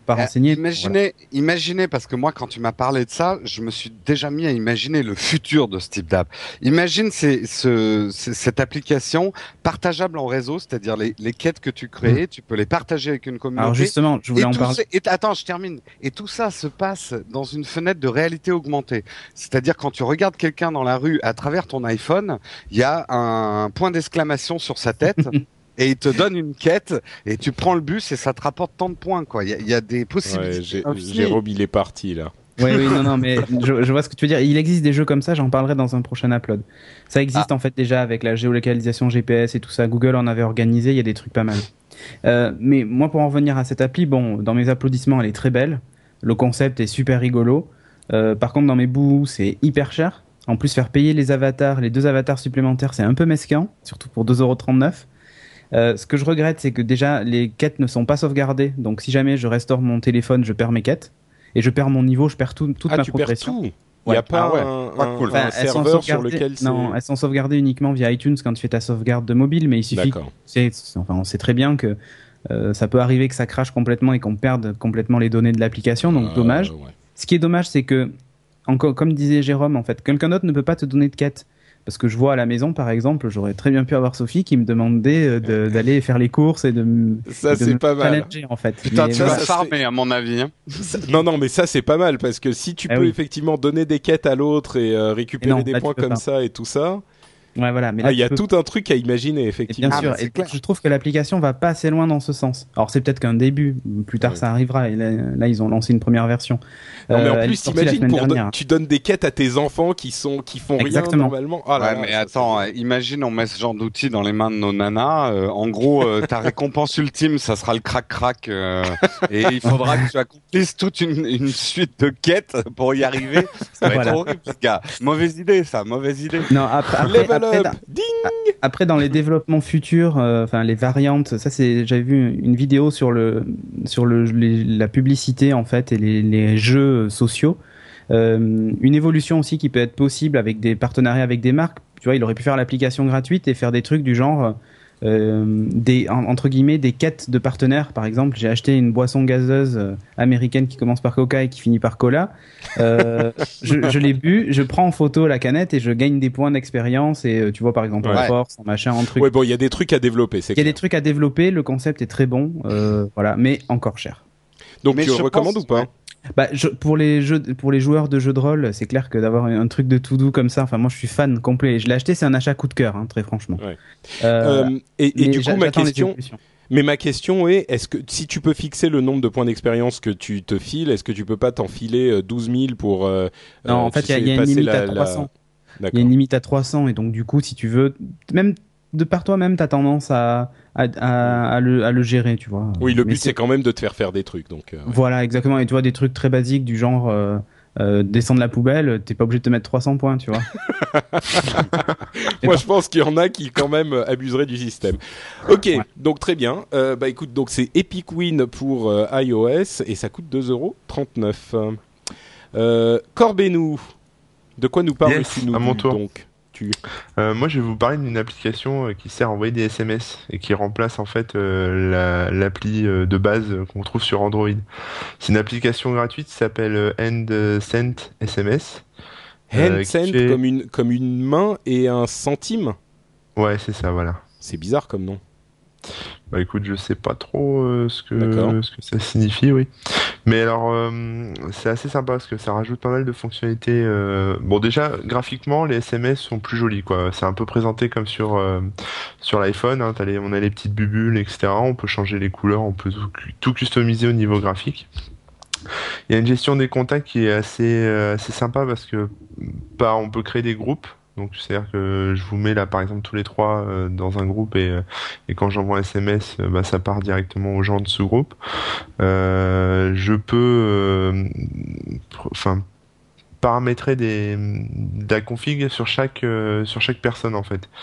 S3: pas renseigné.
S2: Imaginez, voilà. imaginez, parce que moi, quand tu m'as parlé de ça, je me suis déjà mis à imaginer le futur de ce type d'app. Imagine ces, ce, cette application partageable en réseau, c'est-à-dire les, les quêtes que tu crées, mmh. tu peux les partager avec une communauté.
S3: Alors justement, je voulais en parler.
S2: Et, attends, je termine. Et tout ça se passe dans une fenêtre de réalité augmentée. C'est-à-dire quand tu regardes quelqu'un dans la rue à travers ton iPhone, il y a un point d'exclamation sur sa tête. Et il te donne une quête et tu prends le bus et ça te rapporte tant de points, quoi. Il y a, il y a des possibilités.
S1: Ouais, Jérôme, il est parti là.
S3: Oui, oui, non, non, mais je, je vois ce que tu veux dire. Il existe des jeux comme ça, j'en parlerai dans un prochain upload. Ça existe ah. en fait déjà avec la géolocalisation G P S et tout ça. Google en avait organisé, il y a des trucs pas mal. Euh, mais moi, pour en revenir à cette appli, bon, dans mes applaudissements, elle est très belle. Le concept est super rigolo. Euh, par contre, dans mes bouts, c'est hyper cher. En plus, faire payer les avatars, les deux avatars supplémentaires, c'est un peu mesquin, surtout pour deux euros trente-neuf. Euh, ce que je regrette, c'est que déjà les quêtes ne sont pas sauvegardées. Donc si jamais je restaure mon téléphone, je perds mes quêtes et je perds mon niveau, je perds tout, toute
S1: ah,
S3: ma
S1: tu
S3: progression.
S1: Perds tout. Il n'y a pas
S2: ah ouais.
S1: un,
S2: pas
S1: un,
S2: cool.
S1: enfin, un serveur sur lequel c'est...
S3: Non, elles sont sauvegardées uniquement via iTunes quand tu fais ta sauvegarde de mobile, mais il suffit.
S1: D'accord.
S3: C'est, enfin, on sait très bien que euh, ça peut arriver que ça crache complètement et qu'on perde complètement les données de l'application. Donc euh, dommage. Ouais. Ce qui est dommage, c'est que, encore, comme disait Jérôme, en fait, quelqu'un d'autre ne peut pas te donner de quête. Parce que je vois à la maison, par exemple, j'aurais très bien pu avoir Sophie qui me demandait de, d'aller faire les courses et de,
S1: ça,
S3: et de
S1: c'est
S3: me
S1: pas
S3: challenger,
S1: mal.
S3: en fait.
S2: Putain,
S3: mais
S2: tu
S3: voilà.
S2: vas farmer, à mon avis. Hein.
S1: Ça, non, non, mais ça, c'est pas mal, parce que si tu ah peux oui. effectivement donner des quêtes à l'autre et euh, récupérer et non, des points comme pas. ça et tout ça...
S3: Ouais, voilà. Mais
S1: là, il
S3: ah,
S1: y a
S3: peux...
S1: tout un truc à imaginer, effectivement.
S3: Et bien sûr, ah, et clair. Je trouve que l'application va pas assez loin dans ce sens. Alors, c'est peut-être qu'un début. Plus tard, ouais. ça arrivera. Et là, là, ils ont lancé une première version.
S1: Non, mais en euh, plus, t'imagines, pour don- tu donnes des quêtes à tes enfants qui sont, qui font
S3: Exactement.
S1: rien normalement.
S2: Ah, là, ouais, là, mais ça, attends, c'est... imagine, on met ce genre d'outils dans les mains de nos nanas. Euh, en gros, euh, ta récompense ultime, ça sera le crac-crac. Euh, et il faudra que tu accomplisses toute une, une suite de quêtes pour y arriver. Ça va voilà. être horrible, les gars. Mauvaise idée, ça. Mauvaise idée.
S3: Non, après, après,
S1: Level
S3: après,
S1: up. Ding.
S3: Après, dans les développements futurs, enfin euh, les variantes, ça c'est, j'avais vu une vidéo sur le sur le les, la publicité en fait et les, les jeux sociaux. Euh, une évolution aussi qui peut être possible avec des partenariats avec des marques. Tu vois, il aurait pu faire l'application gratuite et faire des trucs du genre euh, des en, entre guillemets des quêtes de partenaires. Par exemple, j'ai acheté une boisson gazeuse euh, américaine qui commence par Coca et qui finit par Cola. Euh, je, je l'ai bu, je prends en photo la canette et je gagne des points d'expérience et euh, tu vois par exemple
S1: ouais.
S3: en force, en machin, en truc.
S1: Ouais, bon, il y a des trucs à développer. C'est
S3: il y a
S1: clair.
S3: des trucs à développer. Le concept est très bon, euh, voilà, mais encore cher.
S1: Donc
S2: mais
S1: tu le recommandes
S2: pense,
S1: ou pas?
S2: Ouais.
S3: Bah, je, pour les jeux, pour les joueurs de jeux de rôle, c'est clair que d'avoir un truc de tout doux comme ça, enfin moi je suis fan complet. Je l'ai acheté, c'est un achat coup de cœur, hein, très franchement.
S1: Ouais.
S3: Euh,
S1: euh, et, et du coup ma question, mais ma question est, est-ce que si tu peux fixer le nombre de points d'expérience que tu te files, est-ce que tu peux pas t'enfiler douze mille pour euh,
S3: Non, en fait il y, y a une limite la, à trois cents. Il y a une limite à trois cents et donc du coup si tu veux, même de par toi-même, t'as tendance à à, à, à, le, à le gérer, tu vois.
S1: Oui, le but c'est... c'est quand même de te faire faire des trucs, donc. Euh, ouais.
S3: Voilà, exactement. Et tu vois des trucs très basiques du genre euh, euh, descendre la poubelle, t'es pas obligé de te mettre trois cents points, tu vois.
S1: Moi, je pense qu'il y en a qui quand même abuseraient du système. Ok, ouais. Donc très bien. Euh, bah écoute, donc c'est Epic Win pour euh, iOS et ça coûte deux euros trente-neuf. Euh, Corbez-nous. De quoi nous parles-tu
S4: yes,
S1: nous
S4: à mon tour.
S1: Donc
S4: Euh, moi, je vais vous parler d'une application euh, qui sert à envoyer des S M S et qui remplace en fait euh, la, l'appli euh, de base euh, qu'on trouve sur Android. C'est une application gratuite qui s'appelle euh, HandSent S M S.
S1: Euh, HandSent fait... comme une comme une main et un centime.
S4: Ouais, c'est ça, voilà.
S1: C'est bizarre comme nom.
S4: Bah écoute, je sais pas trop euh, ce que ce que ça signifie, oui. Mais alors, euh, c'est assez sympa parce que ça rajoute pas mal de fonctionnalités. Euh... Bon, déjà, graphiquement, les S M S sont plus jolis, quoi. C'est un peu présenté comme sur euh, sur l'iPhone. Hein. T'as les, on a les petites bulles, et cetera. On peut changer les couleurs, on peut tout, tout customiser au niveau graphique. Il y a une gestion des contacts qui est assez euh, assez sympa parce que bah, on peut créer des groupes. Donc c'est-à-dire que je vous mets là par exemple tous les trois euh, dans un groupe et, euh, et quand j'envoie un S M S, euh, bah, ça part directement aux gens de ce groupe. Euh, je peux enfin euh, paramétrer des de la config sur chaque euh, sur chaque personne en fait.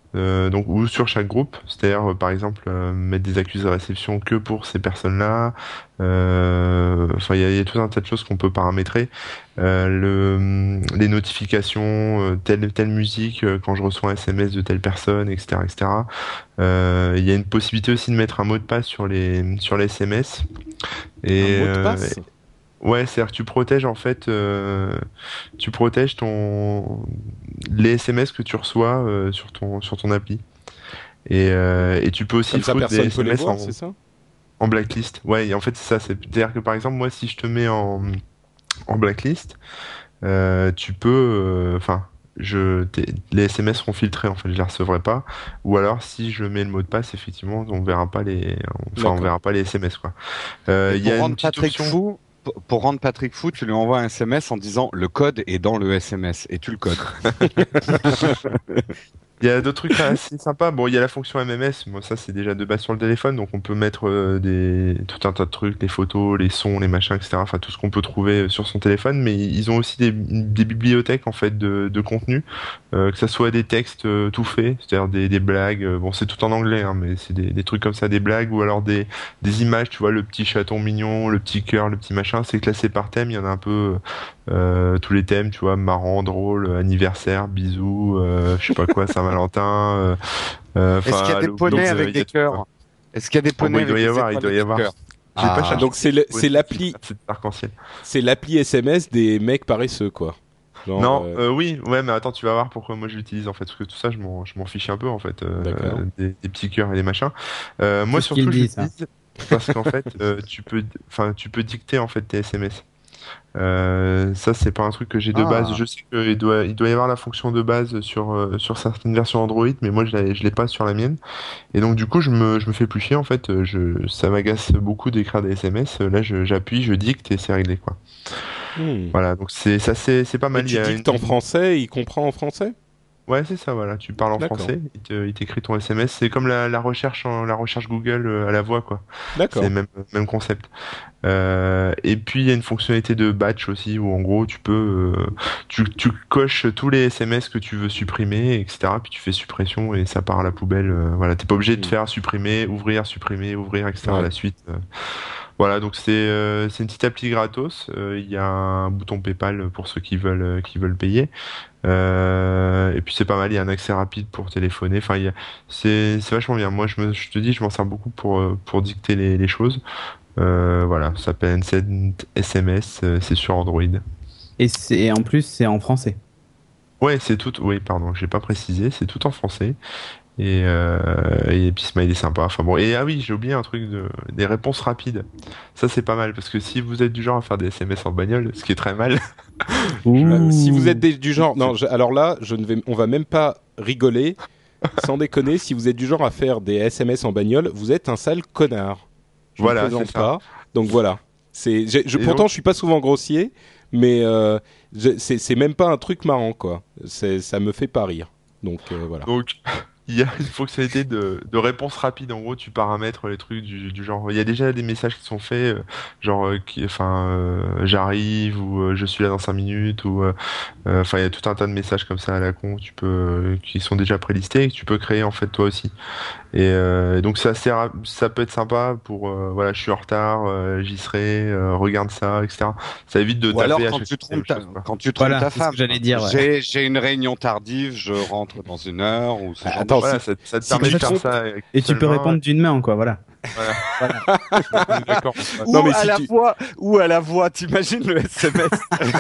S4: Euh, donc ou sur chaque groupe, c'est-à-dire euh, par exemple euh, mettre des accusés de réception que pour ces personnes-là. Euh, Enfin, il y a, y a tout un tas de choses qu'on peut paramétrer. Euh, le, les notifications, euh, telle telle musique euh, quand je reçois un S M S de telle personne, et cetera, et cetera. Euh, Il y a une possibilité aussi de mettre un mot de passe sur les sur les S M S. Et,
S1: Un mot de
S4: euh,
S1: passe.
S4: Ouais, c'est-à-dire que tu protèges en fait, euh, tu protèges ton les S M S que tu reçois euh, sur ton sur ton appli. Et, euh, et tu peux aussi
S1: Comme ça,
S4: foutre des
S1: personne peut les
S4: S M S
S1: voir,
S4: en,
S1: c'est ça?
S4: en blacklist. Ouais, et en fait c'est ça. C'est-à-dire que par exemple moi si je te mets en en blacklist, euh, tu peux, enfin, je t'es- les S M S seront filtrés en fait, je les recevrai pas. Ou alors si je mets le mot de passe, effectivement, on verra pas les, enfin on
S1: D'accord.
S4: verra pas les S M S quoi. Euh,
S2: Et
S4: Il y
S2: pour
S4: a une
S2: rendre
S4: petite
S2: Patrick
S4: option.
S2: fou, pour- pour rendre Patrick fou, tu lui envoies un S M S en disant le code est dans le S M S et tu le codes.
S4: Il y a d'autres trucs assez sympas. Bon, il y a la fonction M M S. Moi, ça, c'est déjà de base sur le téléphone. Donc, on peut mettre euh, des tout un tas de trucs, les photos, les sons, les machins, et cetera. Enfin, tout ce qu'on peut trouver euh, sur son téléphone. Mais ils ont aussi des, des bibliothèques en fait de, de contenu, euh, que ça soit des textes euh, tout faits, c'est-à-dire des, des blagues. euh, Bon, c'est tout en anglais, hein, mais c'est des, des trucs comme ça, des blagues ou alors des, des images. Tu vois, le petit chaton mignon, le petit cœur, le petit machin. C'est classé par thème. Il y en a un peu euh, tous les thèmes. Tu vois, marrant, drôle, anniversaire, bisous, euh, je sais pas quoi, Saint-Valentin. Euh, euh,
S2: Est-ce qu'il y a
S4: enfin,
S2: des
S4: le-
S2: poneys
S4: donc, euh,
S2: avec
S4: il y a
S2: des
S4: tout, quoi.
S2: cœurs? Est-ce qu'il y a des
S4: Oh,
S2: poneys
S4: bah, il
S2: avec
S4: doit y
S2: des
S4: avoir, il
S2: étoiles
S4: doit
S2: et
S4: y
S2: des
S4: avoir.
S2: cœurs?
S4: J'ai pas
S2: Ah.
S4: cherché.
S1: Donc c'est le-
S4: Ouais,
S1: c'est l'appli,
S4: c'est arc-en-ciel.
S1: c'est l'appli S M S des mecs paresseux, quoi. Genre,
S4: Non,
S1: euh,
S4: euh, oui, ouais, mais attends, tu vas voir pourquoi moi je l'utilise en fait, parce que tout ça, je m'en, je m'en fiche un peu en fait, euh,
S1: D'accord.
S4: des, des petits cœurs et des machins. Euh, moi
S3: C'est ce qu'il
S4: surtout, je
S3: dit, ça.
S4: l'utilise parce qu'en fait, euh, tu peux, enfin, tu peux dicter en fait tes S M S. Euh, ça, c'est pas un truc que j'ai de
S2: Ah.
S4: base. Je sais qu'il doit, il doit y avoir la fonction de base sur euh, sur certaines versions Android, mais moi je l'ai, je l'ai pas sur la mienne. Et donc du coup, je me, je me fais plus chier en fait. Je, ça m'agace beaucoup d'écrire des S M S. Là, je, j'appuie, je dicte et c'est réglé quoi.
S1: hmm.
S4: Voilà, donc c'est ça, c'est c'est pas
S1: Et
S4: mal. Il
S1: tu
S4: y a
S1: dictes
S4: une-
S1: en français, il comprend en français?
S4: Ouais, c'est ça, voilà. Tu parles en
S1: D'accord.
S4: français, il te- il t'écrit ton S M S. C'est comme la, la recherche en, la recherche Google euh, à la voix, quoi.
S1: D'accord.
S4: C'est le même, même concept. Euh, et puis il y a une fonctionnalité de batch aussi où en gros tu peux, euh, tu, tu coches tous les S M S que tu veux supprimer, et cetera. Puis tu fais suppression et ça part à la poubelle. euh, voilà, t'es pas obligé de
S1: Mm.
S4: faire supprimer, ouvrir, supprimer, ouvrir, et cetera.
S1: Ouais.
S4: À la suite. euh. Voilà, donc c'est euh, c'est une petite appli gratos. Euh, Il y a un bouton PayPal pour ceux qui veulent euh, qui veulent payer. Euh, et puis c'est pas mal, il y a un accès rapide pour téléphoner. Enfin, il y a, c'est c'est vachement bien. Moi, je me je te dis, je m'en sers beaucoup pour euh, pour dicter les, les choses. Euh, voilà, ça s'appelle Send S M S, euh, c'est sur Android.
S3: Et, c'est, et en plus, c'est en français.
S4: Ouais, c'est tout. Oui, pardon, j'ai pas précisé, c'est tout en français. Et, euh, et puis Smiley sympa. Enfin bon, et ah oui, j'ai oublié un truc de des réponses rapides. Ça c'est pas mal parce que si vous êtes du genre à faire des S M S en bagnole, ce qui est très mal.
S1: Euh, si vous
S3: Ouh.
S1: êtes des- du genre, non, je- alors là, je ne vais, on va même pas rigoler, sans déconner. Si vous êtes du genre à faire des S M S en bagnole, vous êtes un sale connard. Je
S4: Voilà,
S1: ne plaisante
S4: c'est ça.
S1: pas. Donc voilà. C'est, j'ai- je,
S4: Et
S1: pourtant,
S4: donc-
S1: je suis pas souvent grossier, mais euh, je- c'est, c'est même pas un truc marrant, quoi. C'est, ça me fait pas rire. Donc euh, voilà.
S4: Donc, il y a une fonctionnalité de, de réponse rapide. En gros, tu paramètres les trucs du, du genre. Il y a déjà des messages qui sont faits, euh, genre, euh, qui, enfin, euh, j'arrive ou euh, je suis là dans cinq minutes ou, euh, euh, enfin, il y a tout un tas de messages comme ça à la con. Tu peux, euh, qui sont déjà prélistés et que tu peux créer en fait toi aussi. Et euh, donc c'est assez, ra- ça peut être sympa pour, euh, voilà, je suis en retard, euh, j'y serai, euh, regarde ça, et cetera. Ça évite de
S2: Ou
S4: taper
S2: alors
S4: à
S2: quand
S4: chaque
S2: tu
S4: fois la même
S2: trompes ta,
S4: chose, quoi.
S2: quand tu trompes
S3: Voilà,
S2: ta
S3: c'est ce
S2: femme.
S3: que j'allais dire, ouais.
S2: J'ai j'ai une réunion tardive, je rentre dans une heure ou ce genre de
S1: Attends,
S4: Voilà,
S1: si-
S4: ça, ça te
S1: si
S4: permet
S1: tu
S4: de faire
S1: trompes-
S4: ça. avec
S3: Et tu
S4: seule
S3: peux
S4: main,
S3: répondre d'une main, quoi, voilà.
S4: Voilà. D'accord.
S2: Ou
S1: Non, mais
S2: à
S1: si
S2: la
S1: tu-
S2: voix, ou à la voix, t'imagines le S M S.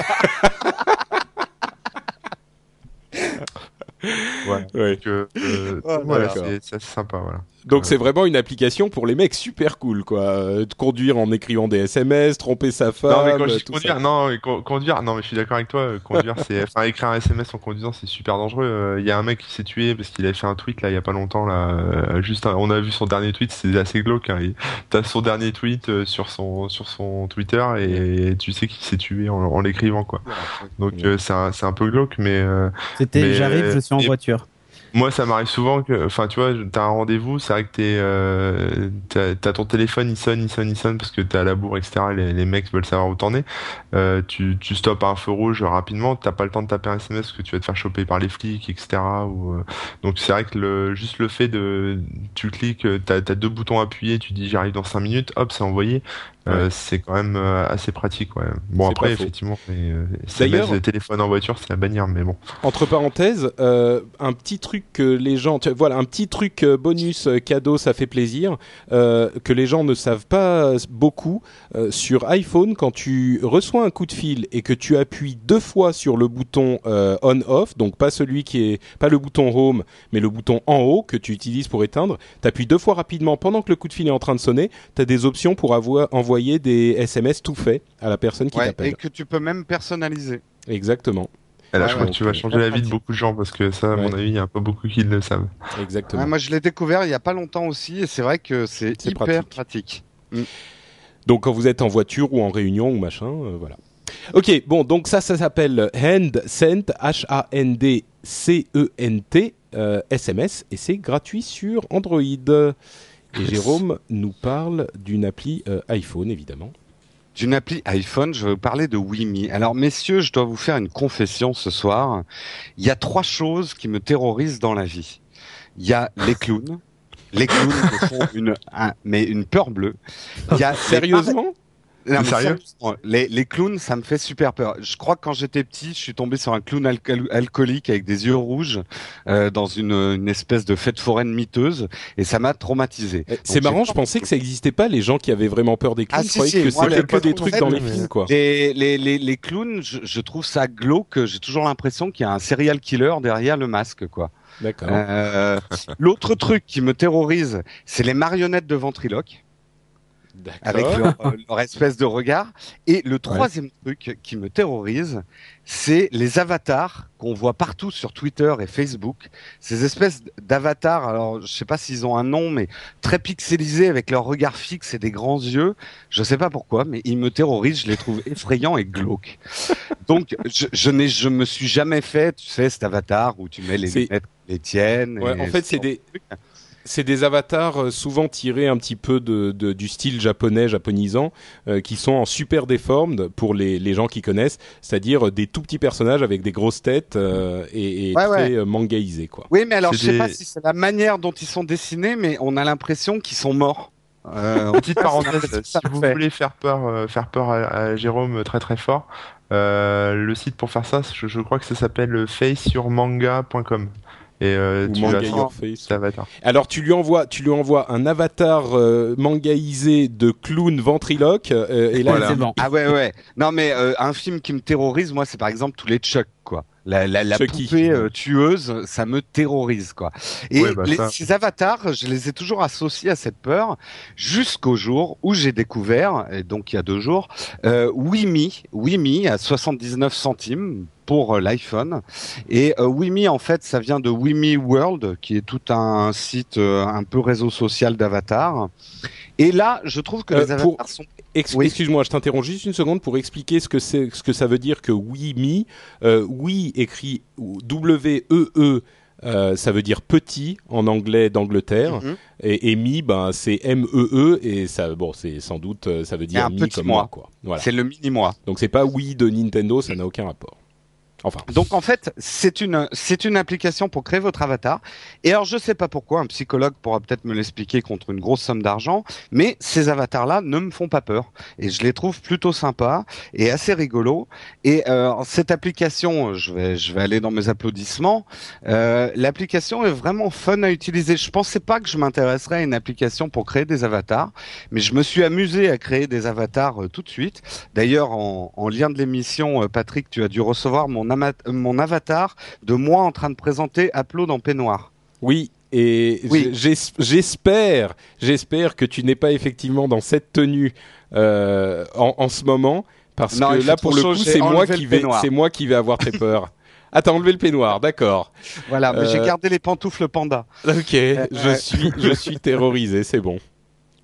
S4: Voilà.
S1: Ouais.
S4: Donc, euh, euh,
S2: Oh là
S4: voilà,
S1: là.
S4: c'est c'est assez sympa, voilà.
S1: Donc
S4: Ouais.
S1: c'est vraiment une application pour les mecs super cool, quoi. Euh, de conduire en écrivant des S M S, tromper sa femme.
S4: Non mais quand je dis
S1: tout
S4: conduire,
S1: ça.
S4: non mais con- conduire, non mais je suis d'accord avec toi. euh, Conduire, c'est, enfin écrire un S M S en conduisant, c'est super dangereux. Euh, Il y a un mec qui s'est tué parce qu'il avait fait un tweet là il y a pas longtemps là. euh, juste, un- on a vu son dernier tweet, c'est assez glauque. Hein, il- T'as son dernier tweet euh, sur son sur son Twitter et tu sais qu'il s'est tué en, en l'écrivant quoi. Donc
S1: Ouais.
S4: euh, c'est un c'est un peu glauque mais. Euh,
S3: C'était
S4: Mais,
S3: j'arrive, je suis en
S4: et-
S3: voiture.
S4: Moi, ça m'arrive souvent que, enfin, tu vois, t'as un rendez-vous, c'est vrai que t'es, euh, t'as, t'as ton téléphone, il sonne, il sonne, il sonne parce que t'es à la bourre, et cetera. Les, les mecs veulent savoir où t'en es. Euh, tu, tu stoppes à un feu rouge rapidement, t'as pas le temps de taper un S M S parce que tu vas te faire choper par les flics, et cetera. Ou, euh, donc c'est vrai que le, juste le fait de, tu cliques, t'as, t'as deux boutons appuyés, tu dis j'arrive dans cinq minutes, hop, c'est envoyé. Euh,
S1: Ouais.
S4: c'est quand même euh, assez pratique, ouais. Bon
S1: C'est
S4: après,
S1: pas faux.
S4: effectivement, les, euh,
S1: D'ailleurs,
S4: S M S de téléphone en voiture, c'est à bannir, mais bon.
S1: entre parenthèses, euh, un petit truc que les gens, tu- voilà, un petit truc euh, bonus euh, cadeau, ça fait plaisir, euh, que les gens ne savent pas beaucoup. Euh, sur iPhone, quand tu reçois un coup de fil et que tu appuies deux fois sur le bouton euh, on/off, donc pas celui qui est, pas le bouton home, mais le bouton en haut que tu utilises pour éteindre, t'appuies deux fois rapidement pendant que le coup de fil est en train de sonner. T'as des options pour avoir, envoyer des S M S tout faits à la personne qui
S2: Ouais,
S1: t'appelle.
S2: et que tu peux même personnaliser.
S1: Exactement.
S4: Et là,
S2: Ouais,
S4: je crois
S2: ouais.
S4: que tu vas
S1: Donc,
S4: changer la vie de
S2: pratique.
S4: beaucoup de gens parce que ça, à mon
S1: Ouais.
S4: avis, il y a pas beaucoup qui le savent.
S1: Exactement.
S2: Ouais, moi, je l'ai découvert il y a pas longtemps aussi, et c'est vrai que c'est
S1: C'est
S2: hyper
S1: pratique.
S2: pratique.
S1: Donc quand vous êtes en voiture ou en réunion ou machin, euh, voilà. Ok, bon, donc ça, ça s'appelle HandSent, H A N D C E N T, euh, S M S, et c'est gratuit sur Android. Et Jérôme nous parle d'une appli euh, iPhone, évidemment.
S2: D'une appli iPhone, je vais vous parler de Wimi. Alors, messieurs, je dois vous faire une confession ce soir. Il y a trois choses qui me terrorisent dans la vie. Il y a les clowns. Les clowns me font une, un- mais une peur bleue. Il y a les
S1: Sérieusement?
S2: Non, mais
S4: Sérieux
S2: sérieusement, les, les clowns, ça me fait super peur. Je crois que quand j'étais petit, je suis tombé sur un clown alcool- alcoolique avec des yeux rouges euh, dans une, une espèce de fête foraine miteuse, et ça m'a traumatisé.
S1: Eh,
S2: Donc,
S1: C'est marrant,
S2: j'ai
S1: je pensais que ça n'existait pas, les gens qui avaient vraiment peur des clowns.
S2: Ah,
S1: Je
S2: si,
S1: croyais
S2: si,
S1: que
S2: moi,
S1: c'était
S2: le-
S1: que des
S2: le
S1: trucs
S2: concept,
S1: dans les
S4: mais-
S1: films, quoi.
S2: Les, les, les, les clowns, je, je trouve ça glauque. J'ai toujours l'impression qu'il y a un serial killer derrière le masque, quoi.
S1: D'accord.
S2: Euh, L'autre truc qui me terrorise, c'est les marionnettes de ventriloque, avec
S1: D'accord.
S2: leur, euh, leur espèce de regard. Et le troisième truc qui me terrorise, c'est les avatars qu'on voit partout sur Twitter et Facebook. Ces espèces d'avatars, alors je sais pas s'ils ont un nom, mais très pixelisés avec leur regard fixe et des grands yeux. Je sais pas pourquoi, mais ils me terrorisent. Je les trouve effrayants et glauques. Donc je, je n'ai, je me suis jamais fait, tu sais, cet avatar où tu mets les
S1: C'est-
S2: lunettes, les tiennes.
S1: Ouais,
S2: et
S1: en fait,
S2: ce
S1: c'est
S2: genre
S1: des,
S2: de trucs.
S1: c'est des avatars euh, souvent tirés un petit peu de, de- du style japonais, japonisant, euh, qui sont en super déformed pour les, les gens qui connaissent, c'est-à-dire des tout petits personnages avec des grosses têtes euh, et, et
S2: Ouais,
S1: très
S2: ouais.
S1: euh, mangaisés, quoi.
S2: Oui, mais alors
S4: C'est
S2: je sais
S4: des-
S2: pas si c'est la manière dont ils sont dessinés, mais on a l'impression qu'ils sont morts. Euh,
S4: Petite parenthèse,
S2: c'est
S4: si
S2: ça
S4: vous
S2: fait.
S4: voulez faire peur, euh, faire peur à, à Jérôme très très fort, euh, le site pour faire ça, je, je crois que ça s'appelle face sur manga point com. Et euh,
S1: Ou
S4: tu
S1: manga
S4: vas
S1: your
S4: sur
S1: face.
S4: cet avatar.
S1: Alors tu lui envoies, tu lui envoies un avatar euh, mangaisé de clown ventriloque euh, et là
S3: Voilà. C'est bon.
S2: Ah ouais, ouais. Non, mais euh, un film qui me terrorise, moi, c'est par exemple tous les Chuck, quoi. La, la, la
S1: Chucky.
S2: poupée euh, tueuse, ça me terrorise, quoi. Et
S4: Ouais, bah,
S2: les,
S4: ça.
S2: ces avatars, je les ai toujours associés à cette peur jusqu'au jour où j'ai découvert, et donc il y a deux jours, euh, Wimi, Wimi à soixante-dix-neuf centimes pour euh, l'iPhone. Et euh, Wimi, en fait, ça vient de Wimi World, qui est tout un site euh, un peu réseau social d'avatar. Et là, je trouve que
S1: Euh,
S2: les
S1: pour-
S2: avatars sont
S1: Ex-
S2: Oui.
S1: Excuse-moi, je t'interromps juste une seconde pour expliquer ce que c'est, ce que ça veut dire que Wimi. Euh, oui écrit W E E, euh, ça veut dire petit en anglais d'Angleterre,
S2: Mhm.
S1: et, et Mi, ben c'est M E E et ça, bon, c'est sans doute, euh, ça veut dire
S2: un
S1: Mi
S2: petit
S1: comme
S2: moi.
S1: moi, quoi. Voilà.
S2: C'est le mini-moi.
S1: Donc c'est pas Wii de Nintendo, ça n'a aucun rapport. Enfin.
S2: Donc en fait, c'est une c'est une application pour créer votre avatar. Et alors je sais pas pourquoi, un psychologue pourra peut-être me l'expliquer contre une grosse somme d'argent, mais ces avatars-là ne me font pas peur et je les trouve plutôt sympas et assez rigolos. Et euh, cette application, je vais je vais aller dans mes applaudissements. Euh, l'application est vraiment fun à utiliser. Je pensais pas que je m'intéresserais à une application pour créer des avatars, mais je me suis amusé à créer des avatars euh, tout de suite. D'ailleurs, en, en lien de l'émission, euh, Patrick, tu as dû recevoir mon Mon, ama- mon avatar de moi en train de présenter Upload en peignoir.
S1: Oui, et
S2: Oui.
S1: j'es- j'espère, j'espère que tu n'es pas effectivement dans cette tenue euh, en, en ce moment, parce
S2: Non, il
S1: que
S2: fait
S1: là,
S2: trop
S1: pour le
S2: chaud,
S1: coup,
S2: j'ai
S1: c'est moi
S2: enlevé
S1: qui
S2: le
S1: vais,
S2: peignoir.
S1: c'est moi qui vais avoir très peur. Ah, t'as enlevé le peignoir, d'accord.
S2: Voilà, mais
S1: Euh,
S2: j'ai gardé les pantoufles panda.
S1: Ok, je suis, je suis terrorisé, c'est bon.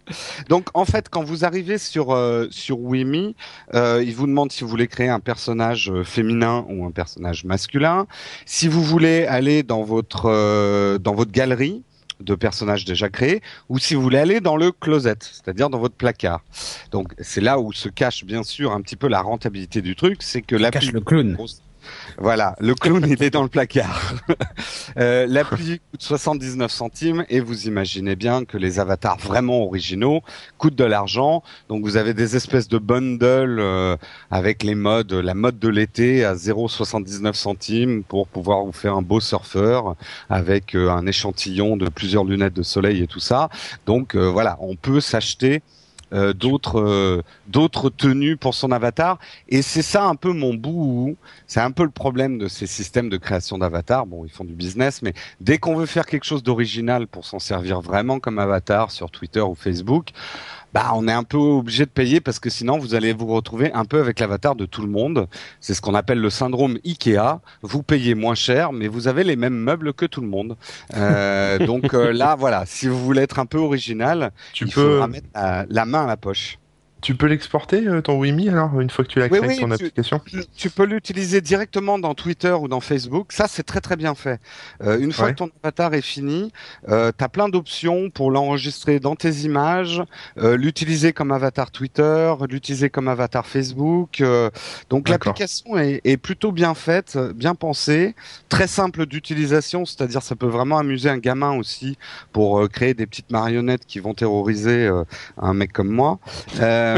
S2: Donc en fait, quand vous arrivez sur euh, sur Wimi, euh, il vous demande si vous voulez créer un personnage euh, féminin ou un personnage masculin. Si vous voulez aller dans votre euh, dans votre galerie de personnages déjà créés, ou si vous voulez aller dans le closet, c'est-à-dire dans votre placard. Donc c'est là où se cache bien sûr un petit peu la rentabilité du truc, c'est que
S3: Ça
S2: l'appli
S3: cache le clown.
S2: Voilà, le clown il est dans le placard. euh, L'appli coûte soixante-dix-neuf centimes et vous imaginez bien que les avatars vraiment originaux coûtent de l'argent. Donc vous avez des espèces de bundles euh, avec les modes, la mode de l'été à zéro virgule soixante-dix-neuf centimes pour pouvoir vous faire un beau surfeur avec euh, un échantillon de plusieurs lunettes de soleil et tout ça. Donc euh, voilà, on peut s'acheter Euh, d'autres euh, d'autres tenues pour son avatar, et c'est ça un peu mon bout. C'est un peu le problème de ces systèmes de création d'avatar. Bon, ils font du business, mais dès qu'on veut faire quelque chose d'original pour s'en servir vraiment comme avatar sur Twitter ou Facebook, bah on est un peu obligé de payer, parce que sinon vous allez vous retrouver un peu avec l'avatar de tout le monde. C'est ce qu'on appelle le syndrome Ikea. Vous payez moins cher, mais vous avez les mêmes meubles que tout le monde. Euh, donc euh, là, voilà, si vous voulez être un peu original,
S4: Tu
S2: il
S4: peux,
S2: faudra mettre la, la main à la poche.
S4: tu peux l'exporter euh, ton Wimi alors une fois que tu l'as
S2: Oui,
S4: créé
S2: oui,
S4: avec ton
S2: tu-
S4: application.
S2: Tu peux l'utiliser directement dans Twitter ou dans Facebook. Ça, c'est très très bien fait. Euh, une fois
S4: Ouais.
S2: que ton avatar est fini, euh, tu as plein d'options pour l'enregistrer dans tes images, euh, l'utiliser comme avatar Twitter, l'utiliser comme avatar Facebook. euh, donc
S4: D'accord.
S2: l'application est, est plutôt bien faite, bien pensée, très simple d'utilisation, c'est-à-dire ça peut vraiment amuser un gamin aussi pour euh, créer des petites marionnettes qui vont terroriser euh, un mec comme moi. Euh,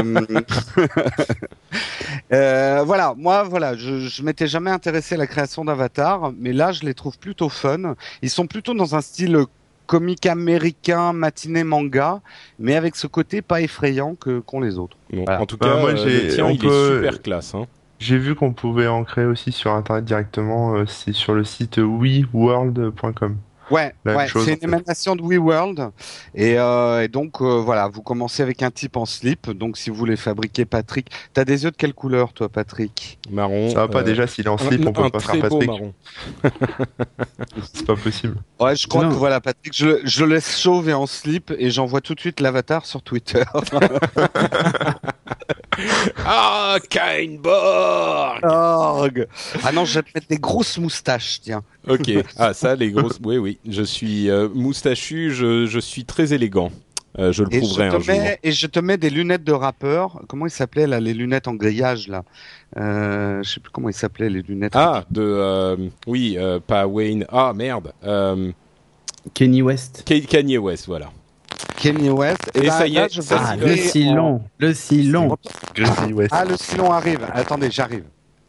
S2: Euh, voilà, moi, voilà, je, je m'étais jamais intéressé à la création d'avatars, mais là, je les trouve plutôt fun. Ils sont plutôt dans un style comique américain, matinée manga, mais avec ce côté pas effrayant que qu'ont les autres.
S1: Bon,
S2: Voilà.
S1: en tout
S4: Bah,
S1: cas,
S4: moi,
S1: euh,
S4: j'ai-
S1: le tien,
S4: on
S1: il
S4: peut-
S1: est super classe. Hein.
S4: J'ai vu qu'on pouvait en créer aussi sur internet directement. euh, c'est sur le site we world point com.
S2: Ouais,
S4: La même
S2: ouais,
S4: chose,
S2: c'est
S4: en
S2: une
S4: fait.
S2: émanation de WeWorld, et, euh, et donc euh, voilà, vous commencez avec un type en slip. Donc si vous voulez fabriquer Patrick, t'as des yeux de quelle couleur, toi, Patrick?
S1: Marron.
S4: Ça va pas
S1: euh,
S4: déjà s'il est en slip,
S1: un,
S4: on peut
S1: un
S4: pas
S1: très
S4: faire
S1: beau
S4: Patrick.
S1: marron.
S4: C'est pas possible.
S2: Ouais, je crois
S3: Non.
S2: que voilà, Patrick, je, je le laisse chauve et en slip, et j'envoie tout de suite l'avatar sur Twitter.
S1: Ah, Kainborg.
S2: Org. Ah non, je vais te mettre des grosses moustaches, tiens.
S1: Ok. Ah, ça, les grosses. Oui, oui. Je suis euh, moustachu. Je, je suis très élégant. Euh, je le
S2: Et je,
S1: prouverai un
S2: te
S1: jour.
S2: mets, et je te mets des lunettes de rappeur. Comment ils s'appelaient là, les lunettes en grillage là? Euh, je sais plus comment ils s'appelaient, les lunettes.
S1: Ah, de euh, oui, euh, pas Wayne. Ah merde. Euh,
S3: Kenny West.
S1: Ka- Kanye West, voilà.
S2: Kanye West.
S1: Et
S2: ben,
S1: ça y
S2: là,
S1: est,
S2: je
S1: ça,
S2: vais
S3: Ah,
S1: c'est
S3: le
S2: créer en-
S3: silon. Le silon.
S4: Grizzly West.
S2: Ah, le silon arrive. Attendez, j'arrive.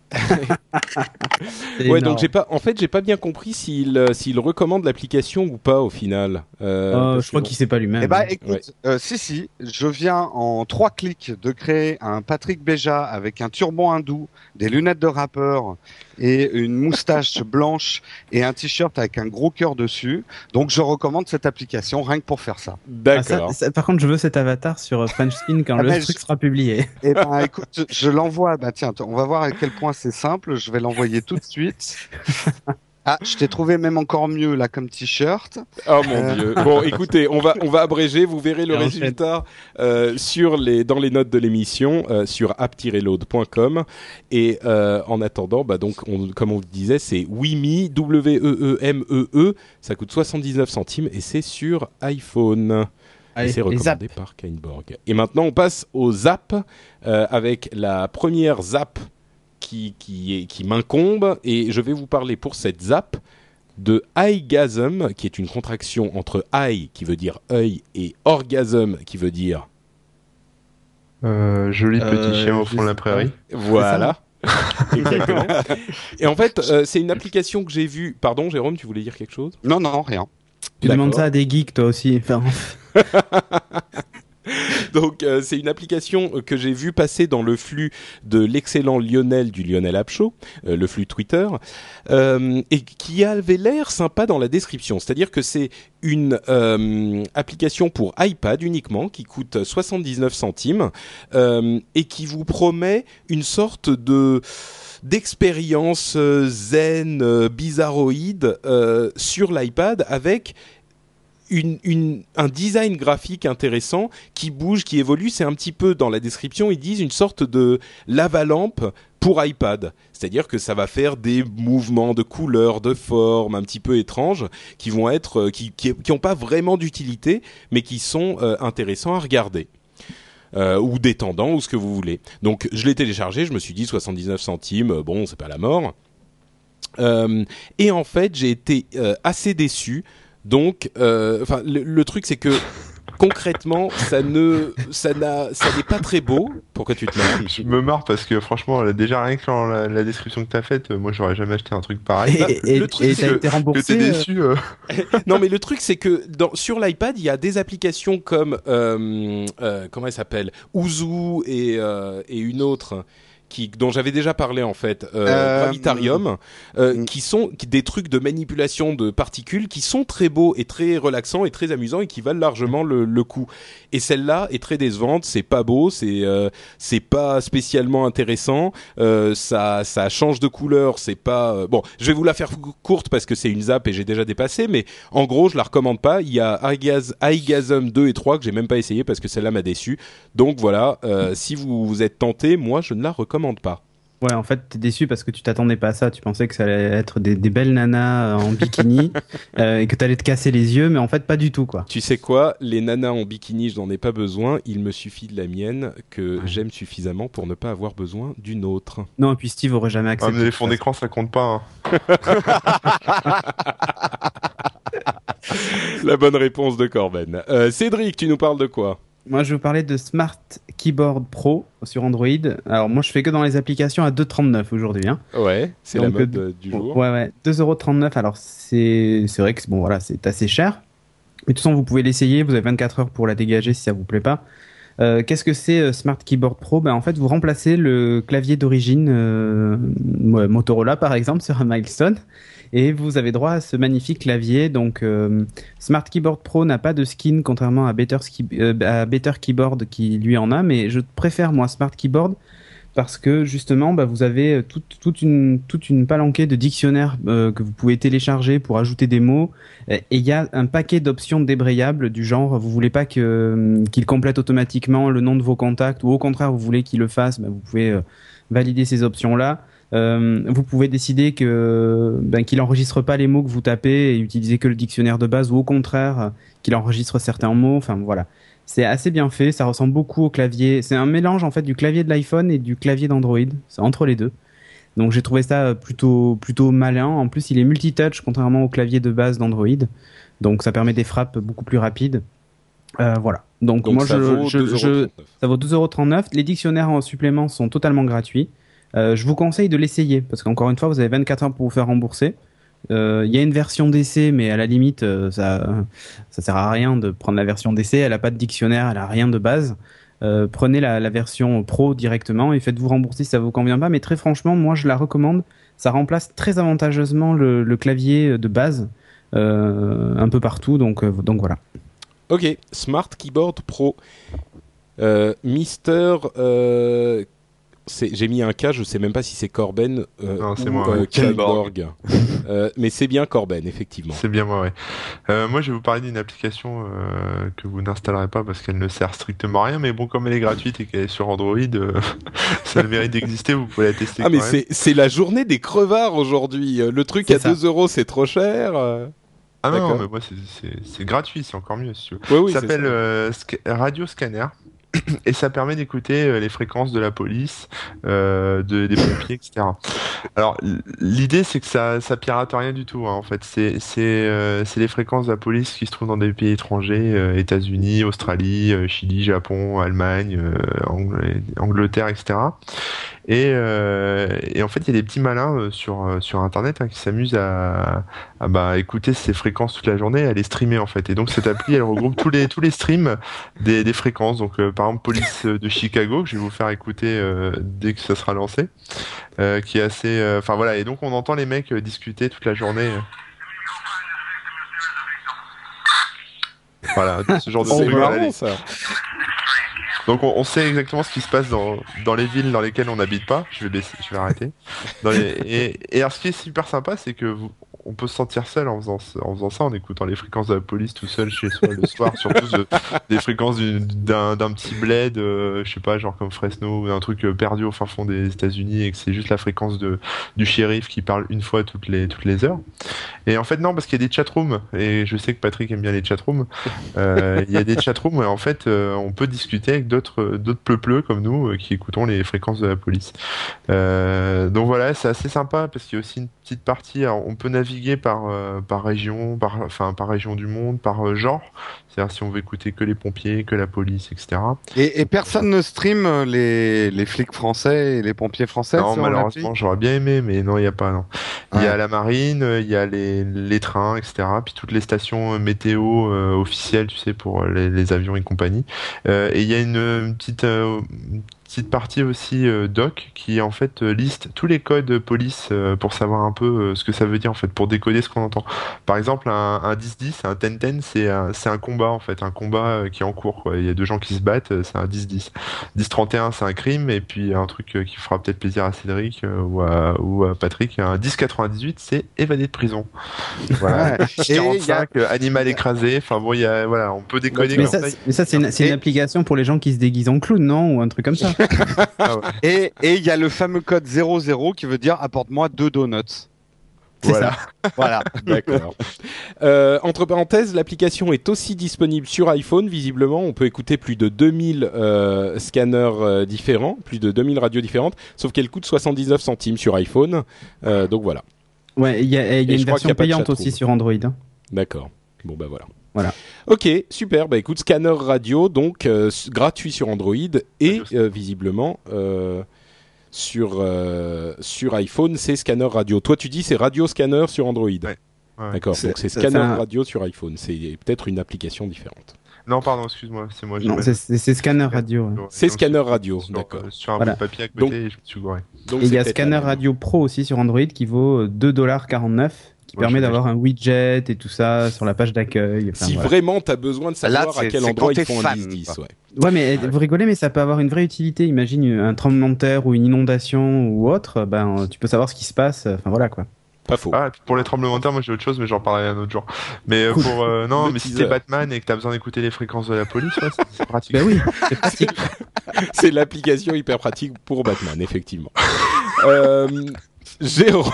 S3: C'est
S1: Ouais,
S3: énorme.
S1: donc j'ai pas. En fait, j'ai pas bien compris s'il euh, s'il recommande l'application ou pas au final. Euh,
S3: Euh,
S1: parce
S3: je crois
S1: que
S3: qu'il sait pas lui-même.
S2: Eh ben,
S3: hein.
S2: écoute,
S1: Ouais.
S2: euh, si, si, je viens en trois clics de créer un Patrick Béja avec un turban hindou, des lunettes de rappeur et une moustache blanche et un t-shirt avec un gros cœur dessus. Donc, je recommande cette application rien que pour faire ça.
S3: Ah, ça-
S1: D'accord.
S3: ça- par contre, je veux cet avatar sur euh, French Spin quand
S2: Ah,
S3: le
S2: mais
S3: truc
S2: je-
S3: sera publié.
S2: Eh ben, écoute, je l'envoie. Bah tiens, on va voir à quel point c'est simple. Je vais l'envoyer tout de suite. Ah, je t'ai trouvé même encore mieux là comme t-shirt.
S1: Oh mon
S2: Euh.
S1: dieu. Bon, écoutez, on va on va abréger. Vous verrez le
S3: Et enchaîne.
S1: résultat euh, sur les dans les notes de l'émission euh, sur app tiret load point com. Et euh, en attendant, bah donc on, comme on vous disait, c'est Weme W E E M E E. Ça coûte soixante-dix-neuf centimes et c'est sur iPhone.
S3: Allez,
S1: Et c'est
S3: les
S1: recommandé par Kainborg. Et maintenant, on passe aux zaps euh, avec la première zap qui, qui, est, qui m'incombe. Et je vais vous parler pour cette zap de Eyegasm, qui est une contraction entre eye, qui veut dire œil, et orgasm, qui veut dire...
S4: Euh, joli petit
S3: Euh,
S4: chien au
S3: je
S4: fond de la
S3: sais
S4: prairie.
S1: Voilà. Exactement. Et en fait, euh, c'est une application que j'ai vue... Pardon, Jérôme, tu voulais dire quelque chose ?
S2: Non, non, rien.
S3: Tu
S1: D'accord.
S3: demandes ça à des geeks, toi aussi. Enfin,
S1: Donc euh, c'est une application que j'ai vue passer dans le flux de l'excellent Lionel du Lionel App Show, euh, le flux Twitter, euh, et qui avait l'air sympa dans la description. C'est-à-dire que c'est une euh, application pour iPad uniquement qui coûte soixante-dix-neuf centimes euh, et qui vous promet une sorte de d'expérience euh, zen, euh, bizarroïde euh, sur l'iPad avec une, une, un design graphique intéressant qui bouge, qui évolue. C'est un petit peu, dans la description, ils disent une sorte de lava-lampe pour iPad. C'est-à-dire que ça va faire des mouvements de couleurs, de formes un petit peu étranges qui vont être, euh, qui, qui, qui ont pas vraiment d'utilité, mais qui sont euh, intéressants à regarder. Euh, ou détendants, ou ce que vous voulez. Donc, je l'ai téléchargé, je me suis dit soixante-dix-neuf centimes, euh, bon, c'est pas la mort. Euh, et en fait, j'ai été euh, assez déçu. Donc, euh, enfin, le, le truc, c'est que concrètement, ça ne, ça n'a, ça n'est pas très beau. Pourquoi tu te marres ?
S4: Je me marre parce que franchement, là, déjà rien que dans la, la description que t'as faite, euh, moi j'aurais jamais acheté un truc pareil.
S3: Et,
S4: Bah,
S3: et,
S1: le truc,
S3: et
S1: c'est
S3: t'as
S1: que-
S3: été
S4: que
S3: remboursé.
S4: t'es
S3: euh,
S4: déçu. euh.
S1: Non, mais le truc, c'est que dans, sur l'iPad, il y a des applications comme euh, euh, comment elle s'appelle, Ouzou et euh, et une autre. Qui, dont j'avais déjà parlé en fait, euh,
S2: Euh,
S1: Gravitarium, euh,
S2: mm.
S1: qui sont qui- des trucs de manipulation de particules qui sont très beaux et très relaxants et très amusants et qui valent largement le, le coup. Et celle-là est très décevante, c'est pas beau, c'est euh, c'est pas spécialement intéressant, euh, ça ça change de couleur, c'est pas euh, bon. Je vais vous la faire cou- courte parce que c'est une zappe et j'ai déjà dépassé, mais en gros je la recommande pas. Il y a iGaz, iGasm deux et trois que j'ai même pas essayé parce que celle-là m'a déçu. Donc voilà, euh, si vous, vous êtes tenté, moi je ne la recommande pas.
S3: Ouais, en fait, t'es déçu parce que tu t'attendais pas à ça. Tu pensais que ça allait être des, des belles nanas en bikini euh, et que t'allais te casser les yeux, mais en fait, pas du tout, quoi.
S1: Tu sais quoi, les nanas en bikini, je n'en ai pas besoin. Il me suffit de la mienne que j'aime suffisamment pour ne pas avoir besoin d'une autre.
S3: Non, et puis Steve aurait jamais
S4: Ah,
S3: accepté.
S4: mais les fonds d'écran ça compte pas. Hein.
S1: La bonne réponse de Corben. Euh, Cédric, tu nous parles de quoi ?
S3: Moi, je vais vous parler de Smart Keyboard Pro sur Android. Alors, moi, je fais que dans les applications à deux euros trente-neuf aujourd'hui, hein.
S1: Ouais, c'est la
S3: Donc,
S1: mode
S3: euh,
S1: euh, du jour.
S3: Ouais, ouais, deux euros trente-neuf. Alors, c'est c'est vrai que bon, voilà, c'est assez cher. Mais de toute façon, vous pouvez l'essayer. Vous avez vingt-quatre heures pour la dégager si ça vous plaît pas. Euh, Qu'est-ce que c'est euh, Smart Keyboard Pro? Ben, en fait, vous remplacez le clavier d'origine euh, Motorola, par exemple, sur un Milestone. Et vous avez droit à ce magnifique clavier. Donc, euh, Smart Keyboard Pro n'a pas de skin, contrairement à Better, Ski- euh, à Better Keyboard qui lui en a. Mais je préfère, moi, Smart Keyboard parce que, justement, bah, vous avez toute, toute, une, toute une palanquée de dictionnaires euh, que vous pouvez télécharger pour ajouter des mots. Et il y a un paquet d'options débrayables du genre, vous voulez pas que, qu'il complète automatiquement le nom de vos contacts ou au contraire, vous voulez qu'il le fasse, bah, vous pouvez euh, valider ces options-là. Euh, vous pouvez décider que ben, qu'il enregistre pas les mots que vous tapez et utiliser que le dictionnaire de base ou au contraire euh, qu'il enregistre certains mots. Enfin voilà, c'est assez bien fait. Ça ressemble beaucoup au clavier. C'est un mélange en fait du clavier de l'iPhone et du clavier d'Android. C'est entre les deux. Donc j'ai trouvé ça plutôt plutôt malin. En plus, il est multitouch contrairement au clavier de base d'Android. Donc ça permet des frappes beaucoup plus rapides. Euh, voilà. Donc,
S1: Donc
S3: moi
S1: ça
S3: je,
S1: vaut
S3: je,
S1: deux euros
S3: je
S1: trente-neuf.
S3: ça vaut douze euros trente-neuf. Les dictionnaires en supplément sont totalement gratuits. Euh, je vous conseille de l'essayer parce qu'encore une fois, vous avez vingt-quatre heures pour vous faire rembourser. Il euh, y a une version d'essai, mais à la limite, euh, ça, ça sert à rien de prendre la version d'essai. Elle a pas de dictionnaire, elle a rien de base. Euh, prenez la, la version pro directement et faites-vous rembourser si ça vous convient pas. Mais très franchement, moi, je la recommande. Ça remplace très avantageusement le, le clavier de base euh, un peu partout. Donc, euh, donc voilà.
S1: Ok, Smart Keyboard Pro. Euh, Mister... Euh, c'est- j'ai mis un K, je sais même pas si c'est Corben euh,
S4: Non, c'est
S1: ou
S4: moi,
S1: euh,
S4: ouais.
S1: Keyborg. euh, mais c'est bien Corben, effectivement.
S4: C'est bien moi, ouais. Euh, moi, je vais vous parler d'une application euh, que vous n'installerez pas parce qu'elle ne sert strictement à rien, mais bon, comme elle est gratuite et qu'elle est sur Android, euh, ça a le mérite d'exister, vous pouvez la tester
S1: Ah
S4: quand
S1: mais
S4: même.
S1: c'est c'est la journée des crevards aujourd'hui. Euh, Le truc
S3: C'est
S1: à
S3: ça.
S1: deux euros, c'est trop cher. euh.
S4: Ah non,
S1: D'accord.
S4: mais moi, c'est- c'est c'est gratuit, c'est encore mieux, si tu veux.
S1: Ouais, oui,
S4: Ça
S1: c'est
S4: s'appelle
S1: ça.
S4: euh, Sc- Radio Scanner. Et ça permet d'écouter euh, les fréquences de la police, euh, de, des pompiers, et cetera. Alors l- l'idée c'est que ça ça pirate rien du tout, hein, en fait. C'est c'est euh, c'est les fréquences de la police qui se trouvent dans des pays étrangers, euh, États-Unis, Australie, euh, Chili, Japon, Allemagne, euh, Ang- Angleterre, et cetera. Et, euh, et en fait, il y a des petits malins euh, sur euh, sur Internet hein, qui s'amusent à, à bah, écouter ces fréquences toute la journée et à les streamer en fait. Et donc cette appli, elle regroupe tous les tous les streams des, des fréquences. Donc euh, par exemple, police de Chicago, que je vais vous faire écouter euh, dès que ça sera lancé, euh, qui est assez. Enfin voilà. Et donc on entend les mecs euh, discuter toute la journée. euh. Voilà, ce genre de
S1: C'est
S4: truc. Voilà,
S1: marrant
S4: les-
S1: ça.
S4: Donc on, on sait exactement ce qui se passe dans, dans les villes dans lesquelles on n'habite pas. Je vais baisser, je vais arrêter. Dans les, et, et alors ce qui est super sympa, c'est que vous, on peut se sentir seul en faisant, en faisant ça, en écoutant les fréquences de la police tout seul chez soi le soir, surtout de, des fréquences du, d'un, d'un petit bled, euh, je sais pas, genre comme Fresno, ou un truc euh, perdu au fin fond des États-Unis et que c'est juste la fréquence de du shérif qui parle une fois toutes les toutes les heures. Et en fait non, parce qu'il y a des chatrooms et je sais que Patrick aime bien les chatrooms. Euh, il y a des chatrooms où en fait euh, on peut discuter avec d'autres d'autres pleupleux comme nous euh, qui écoutons les fréquences de la police. Euh, donc voilà, c'est assez sympa parce qu'il y a aussi une petite partie. Alors, on peut naviguer par euh, par région, par enfin par région du monde, par euh, genre. C'est-à-dire si on veut écouter que les pompiers, que la police, et cetera.
S2: Et, et personne ne stream les les flics français et les pompiers français.
S4: Non,
S2: sur
S4: malheureusement, j'aurais bien aimé, mais non, il y a pas. Non. Il
S2: Ouais.
S4: y a la marine, il y a les les trains, et cetera. Puis toutes les stations météo euh, officielles, tu sais, pour les, les avions et compagnie. Euh, et il y a une, une petite euh, petite partie aussi euh, doc qui en fait euh, liste tous les codes police euh, pour savoir un peu euh, ce que ça veut dire en fait, pour décoder ce qu'on entend. Par exemple, un, un dix dix, un dix dix, c'est un, c'est un combat en fait, un combat euh, qui est en cours quoi. Il y a deux gens qui se battent, euh, c'est un dix dix. dix trente et un, c'est un crime, et puis un truc euh, qui fera peut-être plaisir à Cédric euh, ou, à, ou à Patrick, un dix quatre-vingt-dix-huit, c'est évadé de prison. Voilà.
S2: Et
S4: quarante-cinq, euh, animal écrasé. Enfin bon, il y a voilà, on peut décoder.
S3: Mais
S4: comme
S3: ça,
S4: ça.
S3: mais ça c'est une, c'est une
S2: Et-
S3: application pour les gens qui se déguisent en clown, non? Ou un truc comme ça.
S4: Ah ouais.
S2: Et et il y a le fameux code zéro zéro qui veut dire apporte-moi deux donuts.
S3: C'est
S4: Voilà.
S3: ça.
S2: Voilà.
S1: D'accord. Euh, entre parenthèses, l'application est aussi disponible sur iPhone. Visiblement, on peut écouter plus de deux mille euh, scanners euh, différents, plus de deux mille radios différentes, sauf qu'elle coûte soixante-dix-neuf centimes sur iPhone. Euh, donc voilà.
S3: Ouais, il y a, il y a
S1: Et je
S3: une
S1: crois qu'il y
S3: version
S1: a pas de
S3: payante
S1: chatroom.
S3: aussi sur Android. Hein.
S1: D'accord. Bon bah voilà.
S3: Voilà.
S1: Ok, super. Bah écoute, scanner radio, donc euh, s- gratuit sur Android et
S4: Radio.
S1: euh, visiblement euh, sur euh, sur iPhone, c'est scanner radio. Toi, tu dis c'est radio scanner sur Android.
S4: Ouais. Ouais.
S1: D'accord.
S3: C'est-
S1: Donc c'est
S3: c'est-
S1: scanner
S3: c'est un-
S1: radio sur iPhone. C'est peut-être une application différente.
S4: Non, pardon, excuse-moi, c'est moi. j'ai
S3: Non,
S4: mal-
S3: c'est- c'est c'est Scanner Radio. ouais.
S4: Ouais,
S1: C'est
S4: donc,
S1: scanner radio,
S4: sur,
S1: d'accord.
S4: euh, Sur un
S3: Voilà.
S4: bout de papier à côté,
S1: Donc-
S4: et je me suis gouré.
S1: Donc
S3: Et il y
S1: c'est
S3: a
S1: peut-être
S3: Scanner
S1: la même.
S3: Radio Pro aussi sur Android qui vaut deux dollars quarante-neuf, qui
S4: Ouais,
S3: permet
S4: je
S3: d'avoir un widget et tout ça sur la page d'accueil. Enfin,
S1: Si
S3: voilà.
S1: vraiment t'as besoin de savoir
S2: Là,
S1: à
S2: c'est-
S1: quel
S2: c'est
S1: endroit
S2: quand
S1: ils
S2: t'es
S1: font un
S2: fan,
S1: dix dix,
S2: quoi.
S1: ouais.
S3: Ouais, mais vous rigolez, mais ça peut avoir une vraie utilité. Imagine un tremblement de terre ou une inondation ou autre, ben tu peux savoir ce qui se passe. Enfin voilà quoi.
S1: Pas faux.
S4: Ah, pour les tremblements de terre, moi j'ai autre chose, mais j'en parlerai un autre jour. Mais euh,
S3: Cool.
S4: pour euh, non,
S1: Le
S4: mais si
S1: teaser.
S4: t'es Batman et que t'as besoin d'écouter les fréquences de la police, ouais, c'est, c'est pratique.
S3: Ben oui, c'est pratique.
S1: C'est l'application hyper pratique pour Batman, effectivement. euh, Jérôme,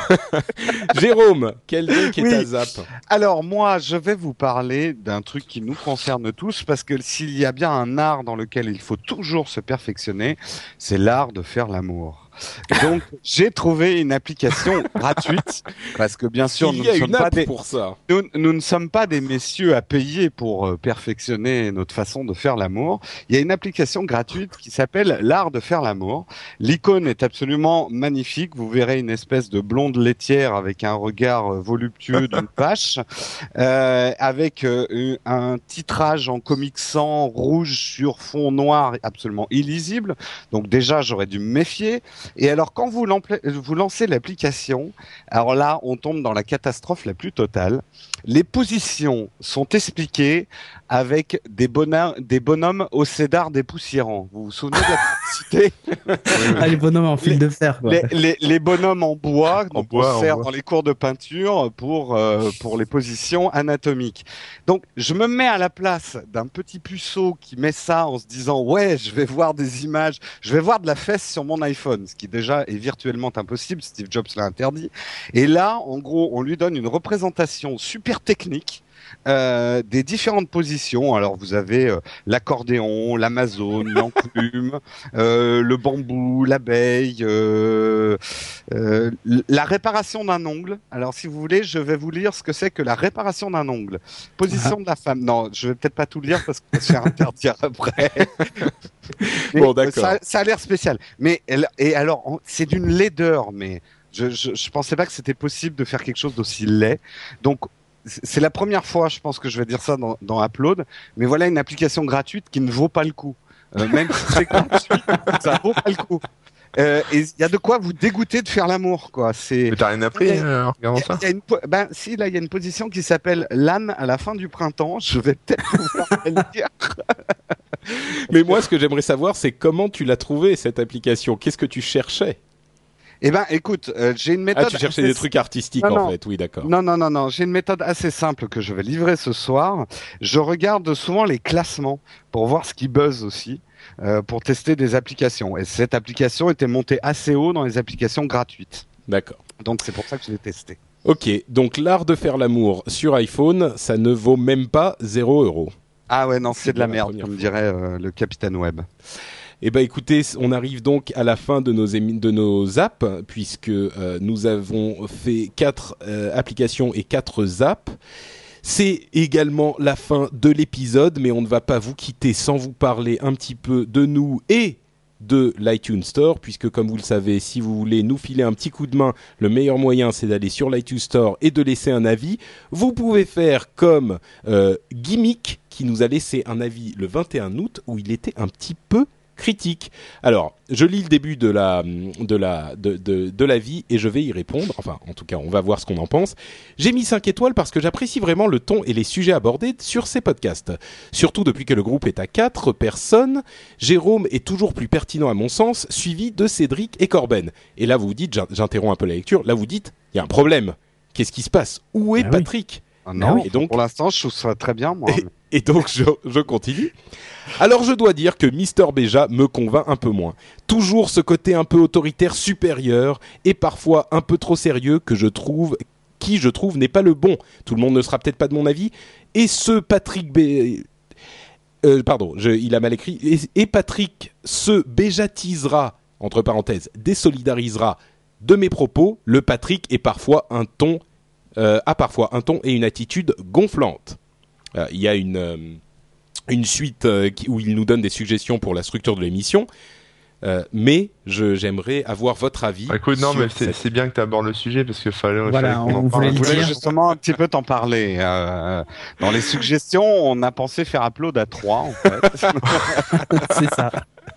S1: Jérôme, quel donc est
S2: Oui.
S1: ta zap?
S2: Alors moi, je vais vous parler d'un truc qui nous concerne tous, parce que s'il y a bien un art dans lequel il faut toujours se perfectionner, c'est l'art de faire l'amour. Donc j'ai trouvé une application gratuite, parce que bien sûr
S1: Il
S2: nous
S1: y a
S2: ne sommes
S1: une
S2: pas
S1: app
S2: des
S1: pour ça.
S2: Nous, nous ne sommes pas des messieurs à payer pour euh, perfectionner notre façon de faire l'amour. Il y a une application gratuite qui s'appelle l'art de faire l'amour. L'icône est absolument magnifique. Vous verrez une espèce de blonde laitière avec un regard euh, voluptueux d'une vache, euh, avec euh, un titrage en comic sans rouge sur fond noir absolument illisible. Donc déjà, j'aurais dû me méfier. Et alors, quand vous, vous lancez l'application, alors là, on tombe dans la catastrophe la plus totale. Les positions sont expliquées avec des, bonhommes, des bonhommes au cédar dépoussiérant. Vous vous souvenez de la publicité?
S3: Ah, les bonhommes en fil
S2: Les-
S3: de fer. Quoi.
S2: les, les, les bonhommes en bois,
S4: En
S2: donc
S4: bois,
S2: on
S4: en
S2: sert
S4: bois.
S2: dans les cours de peinture pour euh, pour les positions anatomiques. Donc je me mets à la place d'un petit puceau qui met ça en se disant ouais, je vais voir des images, je vais voir de la fesse sur mon iPhone, ce qui déjà est virtuellement impossible. Steve Jobs l'a interdit. Et là, en gros, on lui donne une représentation super technique. Euh, des différentes positions. Alors vous avez euh, l'accordéon, l'amazone, l'enclume, euh, le bambou, l'abeille, euh, euh, la réparation d'un ongle. Alors si vous voulez, je vais vous lire ce que c'est que la réparation d'un ongle. Position de la femme. Non, je vais peut-être pas tout lire parce qu'on va se faire interdire après. Mais,
S1: Bon,
S2: euh,
S1: d'accord.
S2: Ça, ça a l'air spécial. Mais elle- et alors on- c'est d'une laideur, mais je, je je pensais pas que c'était possible de faire quelque chose d'aussi laid. Donc c'est la première fois, je pense, que je vais dire ça dans, dans Upload, mais voilà une application gratuite qui ne vaut pas le coup. Euh, même si c'est gratuit, ça vaut pas le coup. Euh, et il y a de quoi vous dégoûter de faire l'amour, quoi. C'est.
S4: Mais t'as rien appris
S2: Ouais.
S4: euh, en regardant ça?
S2: Il y a une, po- ben si là il y a une position qui s'appelle l'âne à la fin du printemps. Je vais peut-être pouvoir le dire.
S1: Mais moi, ce que j'aimerais savoir, c'est comment tu l'as trouvé cette application. Qu'est-ce que tu cherchais?
S2: Eh ben, écoute, euh, j'ai une méthode.
S1: Ah, tu cherchais
S2: assez...
S1: des trucs artistiques
S2: non,
S1: en
S2: non.
S1: fait, oui, d'accord.
S2: Non, non, non, non. J'ai une méthode assez simple que je vais livrer ce soir. Je regarde souvent les classements pour voir ce qui buzz aussi, euh, pour tester des applications. Et cette application était montée assez haut dans les applications gratuites.
S1: D'accord.
S2: Donc c'est pour ça que je l'ai testé.
S1: Ok, donc l'art de faire l'amour sur iPhone, ça ne vaut même pas zéro euro.
S2: Ah ouais, non, c'est,
S1: C'est
S2: de la
S1: bien la
S2: merde,
S1: première
S2: comme
S1: fois.
S2: dirait euh, le capitaine Web.
S1: Eh ben écoutez, on arrive donc à la fin de nos émi- de nos apps puisque euh, nous avons fait quatre euh, applications et quatre apps. C'est également la fin de l'épisode, mais on ne va pas vous quitter sans vous parler un petit peu de nous et de l'iTunes Store, puisque comme vous le savez, si vous voulez nous filer un petit coup de main, le meilleur moyen c'est d'aller sur l'iTunes Store et de laisser un avis. Vous pouvez faire comme euh, Gimmick qui nous a laissé un avis le vingt et un août où il était un petit peu critique. Alors, je lis le début de la de la de de, de l'avis et je vais y répondre. Enfin, en tout cas, on va voir ce qu'on en pense. J'ai mis cinq étoiles parce que j'apprécie vraiment le ton et les sujets abordés sur ces podcasts. Surtout depuis que le groupe est à quatre personnes, Jérôme est toujours plus pertinent à mon sens, suivi de Cédric et Corben. Et là, vous vous dites, j'interromps un peu la lecture. Là, vous dites, il y a un problème. Qu'est-ce qui se passe? Où est
S3: Ah oui.
S1: Patrick?
S2: Ah non,
S1: et donc,
S2: pour l'instant, je trouve ça très bien, moi.
S1: Et, et donc, je, je continue. Alors, je dois dire que Mister Béja me convainc un peu moins. Toujours ce côté un peu autoritaire supérieur et parfois un peu trop sérieux que je trouve, qui je trouve n'est pas le bon. Tout le monde ne sera peut-être pas de mon avis. Et ce Patrick B... Euh, pardon, je, il a mal écrit. Et, et Patrick se béjatisera, entre parenthèses, désolidarisera de mes propos. Le Patrick est parfois un ton... Euh, a parfois un ton et une attitude gonflante. Euh, il y a une, euh, une suite euh, qui, où il nous donne des suggestions pour la structure de l'émission, euh, mais je, j'aimerais avoir votre avis.
S4: Bah, écoute, non, mais c'est,
S1: cette...
S4: c'est bien que tu abordes le sujet parce que fallait,
S3: Voilà,
S4: fallait qu'on
S3: on
S4: en
S3: voulait
S4: parle.
S2: Je
S3: le
S2: voulais
S3: dire.
S2: justement un petit peu t'en parler. Euh, dans les suggestions, on a pensé faire upload à trois, en fait.
S3: C'est ça.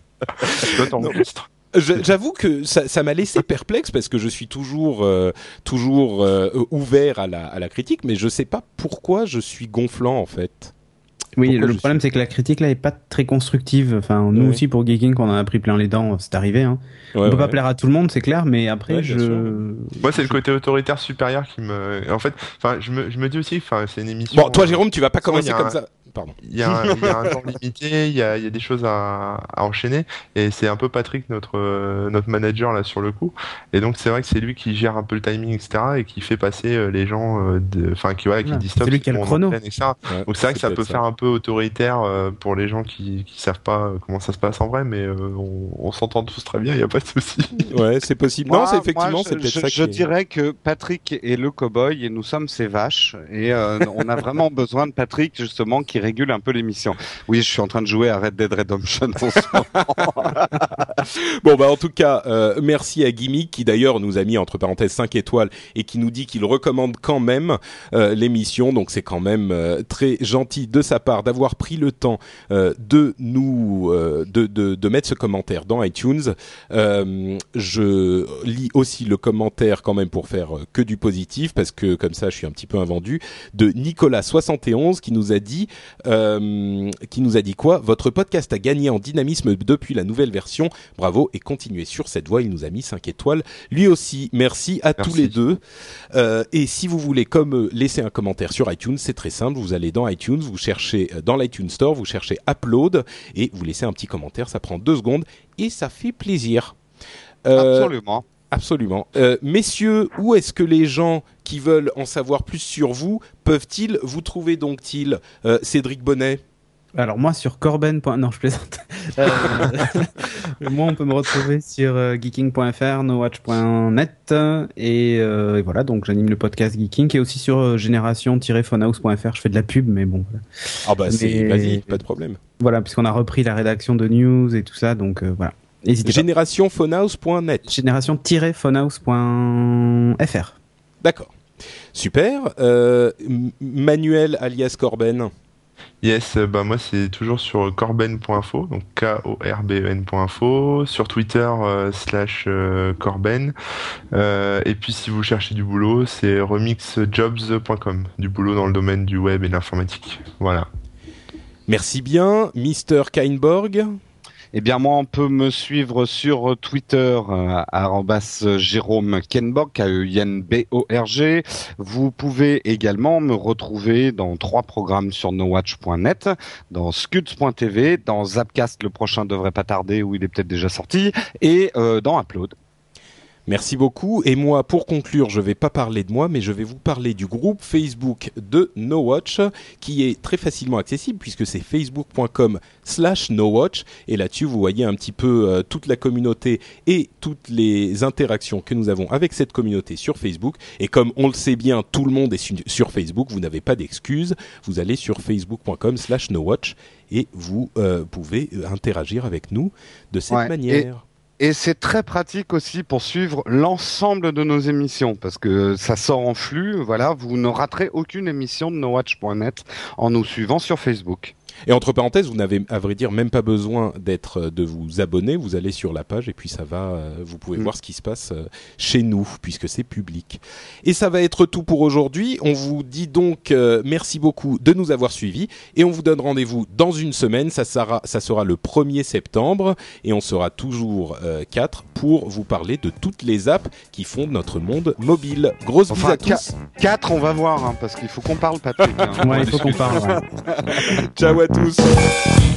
S4: Toi, t'enregistres.
S1: Je, j'avoue que ça, ça m'a laissé perplexe parce que je suis toujours, euh, toujours euh, ouvert à la, à la critique, mais je sais pas pourquoi je suis gonflant en fait.
S3: Oui,
S1: Pourquoi
S3: le
S1: je
S3: problème
S1: suis...
S3: c'est que la critique là est pas très constructive. Enfin, nous
S1: Ouais.
S3: aussi pour Geeking, qu'on en a pris plein les dents, c'est arrivé. Hein.
S1: Ouais,
S3: on peut
S1: ouais.
S3: pas plaire à tout le monde, c'est clair, mais après
S1: Ouais, bien
S3: je.
S1: sûr.
S4: Moi, c'est le
S3: je-
S4: côté autoritaire supérieur qui me. En fait, enfin, je me, je me dis aussi, enfin, c'est une émission.
S1: Bon, toi
S4: euh,
S1: Jérôme, tu vas pas
S4: souvent,
S1: commencer
S4: il y a
S1: comme
S4: un-
S1: ça. Pardon.
S4: Il y, a un, il y a un temps limité, il y a, il y a des choses à, à enchaîner, et c'est un peu Patrick, notre euh, notre manager là sur le coup. Et donc c'est vrai que c'est lui qui gère un peu le timing, et cetera, et qui fait passer euh, les gens, euh, de- enfin qui voilà, qui
S3: Voilà.
S4: dit stop,
S3: C'est lui qui a le
S4: on
S3: chrono.
S4: enchaîne, et cetera.
S1: Ouais,
S4: Donc c'est vrai que ça
S1: peut
S4: peut
S1: être
S4: faire un peu autoritaire euh, pour les gens qui qui savent pas euh, comment ça se passe en vrai, mais euh, on, on s'entend tous très bien, il y a pas de souci.
S1: Ouais, c'est possible.
S2: Moi,
S1: non, c'est effectivement,
S2: moi,
S1: c'est
S2: je,
S1: peut-être
S2: je,
S1: ça.
S2: je
S1: qui est...
S2: dirais que Patrick est le cow-boy et nous sommes ses vaches. Et euh, on a vraiment besoin de Patrick, justement, qui régule un peu l'émission. Oui, je suis en train de jouer à Red Dead Redemption en ce moment.
S1: Bon bah en tout cas, euh, merci à Gimmick qui d'ailleurs nous a mis entre parenthèses cinq étoiles et qui nous dit qu'il recommande quand même euh, l'émission. Donc c'est quand même euh, très gentil de sa part d'avoir pris le temps euh, de nous euh, de, de de mettre ce commentaire dans iTunes. Euh, je lis aussi le commentaire quand même pour faire euh, que du positif parce que comme ça je suis un petit peu invendu, de Nicolas soixante et onze qui nous a dit euh, qui nous a dit quoi? Votre podcast a gagné en dynamisme depuis la nouvelle version. Bravo et continuez sur cette voie. Il nous a mis cinq étoiles. Lui aussi, merci à
S4: Merci.
S1: tous les deux. Euh, et si vous voulez comme euh, laisser un commentaire sur iTunes, c'est très simple. Vous allez dans iTunes, vous cherchez euh, dans l'iTunes Store, vous cherchez Upload et vous laissez un petit commentaire. Ça prend deux secondes et ça fait plaisir. Euh,
S2: Absolument.
S1: Absolument. Euh, messieurs, où est-ce que les gens qui veulent en savoir plus sur vous peuvent-ils vous trouver donc-ils euh, Cédric Bonnet?
S3: Alors moi sur Corben. Non, je plaisante. Euh, moi on peut me retrouver sur euh, geeking point f r, nowatch point net et, euh, et voilà, donc j'anime le podcast Geeking et aussi sur euh, génération tiret phonehouse point f r. Je fais de la pub mais bon. Voilà.
S1: Ah bah c'est,
S3: Mais-
S1: vas-y, pas de problème.
S3: Voilà, puisqu'on a repris la rédaction de news et tout ça, donc euh, voilà. N'hésitez pas.
S1: génération phonehouse point net.
S3: génération tiret phonehouse point f r.
S1: D'accord. Super. Euh, M- Manuel alias Corben.
S4: Yes, euh, bah moi c'est toujours sur corben point info, donc K O R B E N point info, sur Twitter euh, slash euh, Corben, euh, et puis si vous cherchez du boulot, c'est remixjobs point com, du boulot dans le domaine du web et de l'informatique. Voilà.
S1: Merci bien. Mister Kainborg.
S2: Eh bien moi, on peut me suivre sur Twitter, euh, arobase Jérôme Kenborg, K E I N B O R G. Vous pouvez également me retrouver dans trois programmes sur nowatch point net, dans scuds point t v, dans Zapcast, le prochain devrait pas tarder, où il est peut-être déjà sorti, et euh, dans Upload.
S1: Merci beaucoup. Et moi, pour conclure, je ne vais pas parler de moi, mais je vais vous parler du groupe Facebook de NoWatch, qui est très facilement accessible puisque c'est facebook point com slash nowatch. Et là-dessus, vous voyez un petit peu euh, toute la communauté et toutes les interactions que nous avons avec cette communauté sur Facebook. Et comme on le sait bien, tout le monde est su- sur Facebook, vous n'avez pas d'excuses. Vous allez sur facebook point com slash nowatch et vous euh, pouvez interagir avec nous de cette
S2: Ouais,
S1: manière.
S2: Et... Et c'est très pratique aussi pour suivre l'ensemble de nos émissions, parce que ça sort en flux. Voilà, vous ne raterez aucune émission de nowatch point net en nous suivant sur Facebook.
S1: Et entre parenthèses, vous n'avez, à vrai dire, même pas besoin d'être, de vous abonner. Vous allez sur la page et puis ça va, euh, vous pouvez mmh. voir ce qui se passe euh, chez nous, puisque c'est public. Et ça va être tout pour aujourd'hui. On vous dit donc euh, merci beaucoup de nous avoir suivis et on vous donne rendez-vous dans une semaine. Ça sera, ça sera le premier septembre et on sera toujours euh, quatre pour vous parler de toutes les apps qui font notre monde mobile. Grosse
S2: enfin,
S1: bise à tous.
S2: quatre, on va voir, hein, parce qu'il faut qu'on parle, Patrick. Hein.
S3: Ouais, il faut qu'on parle. Ouais.
S1: Ciao à tous.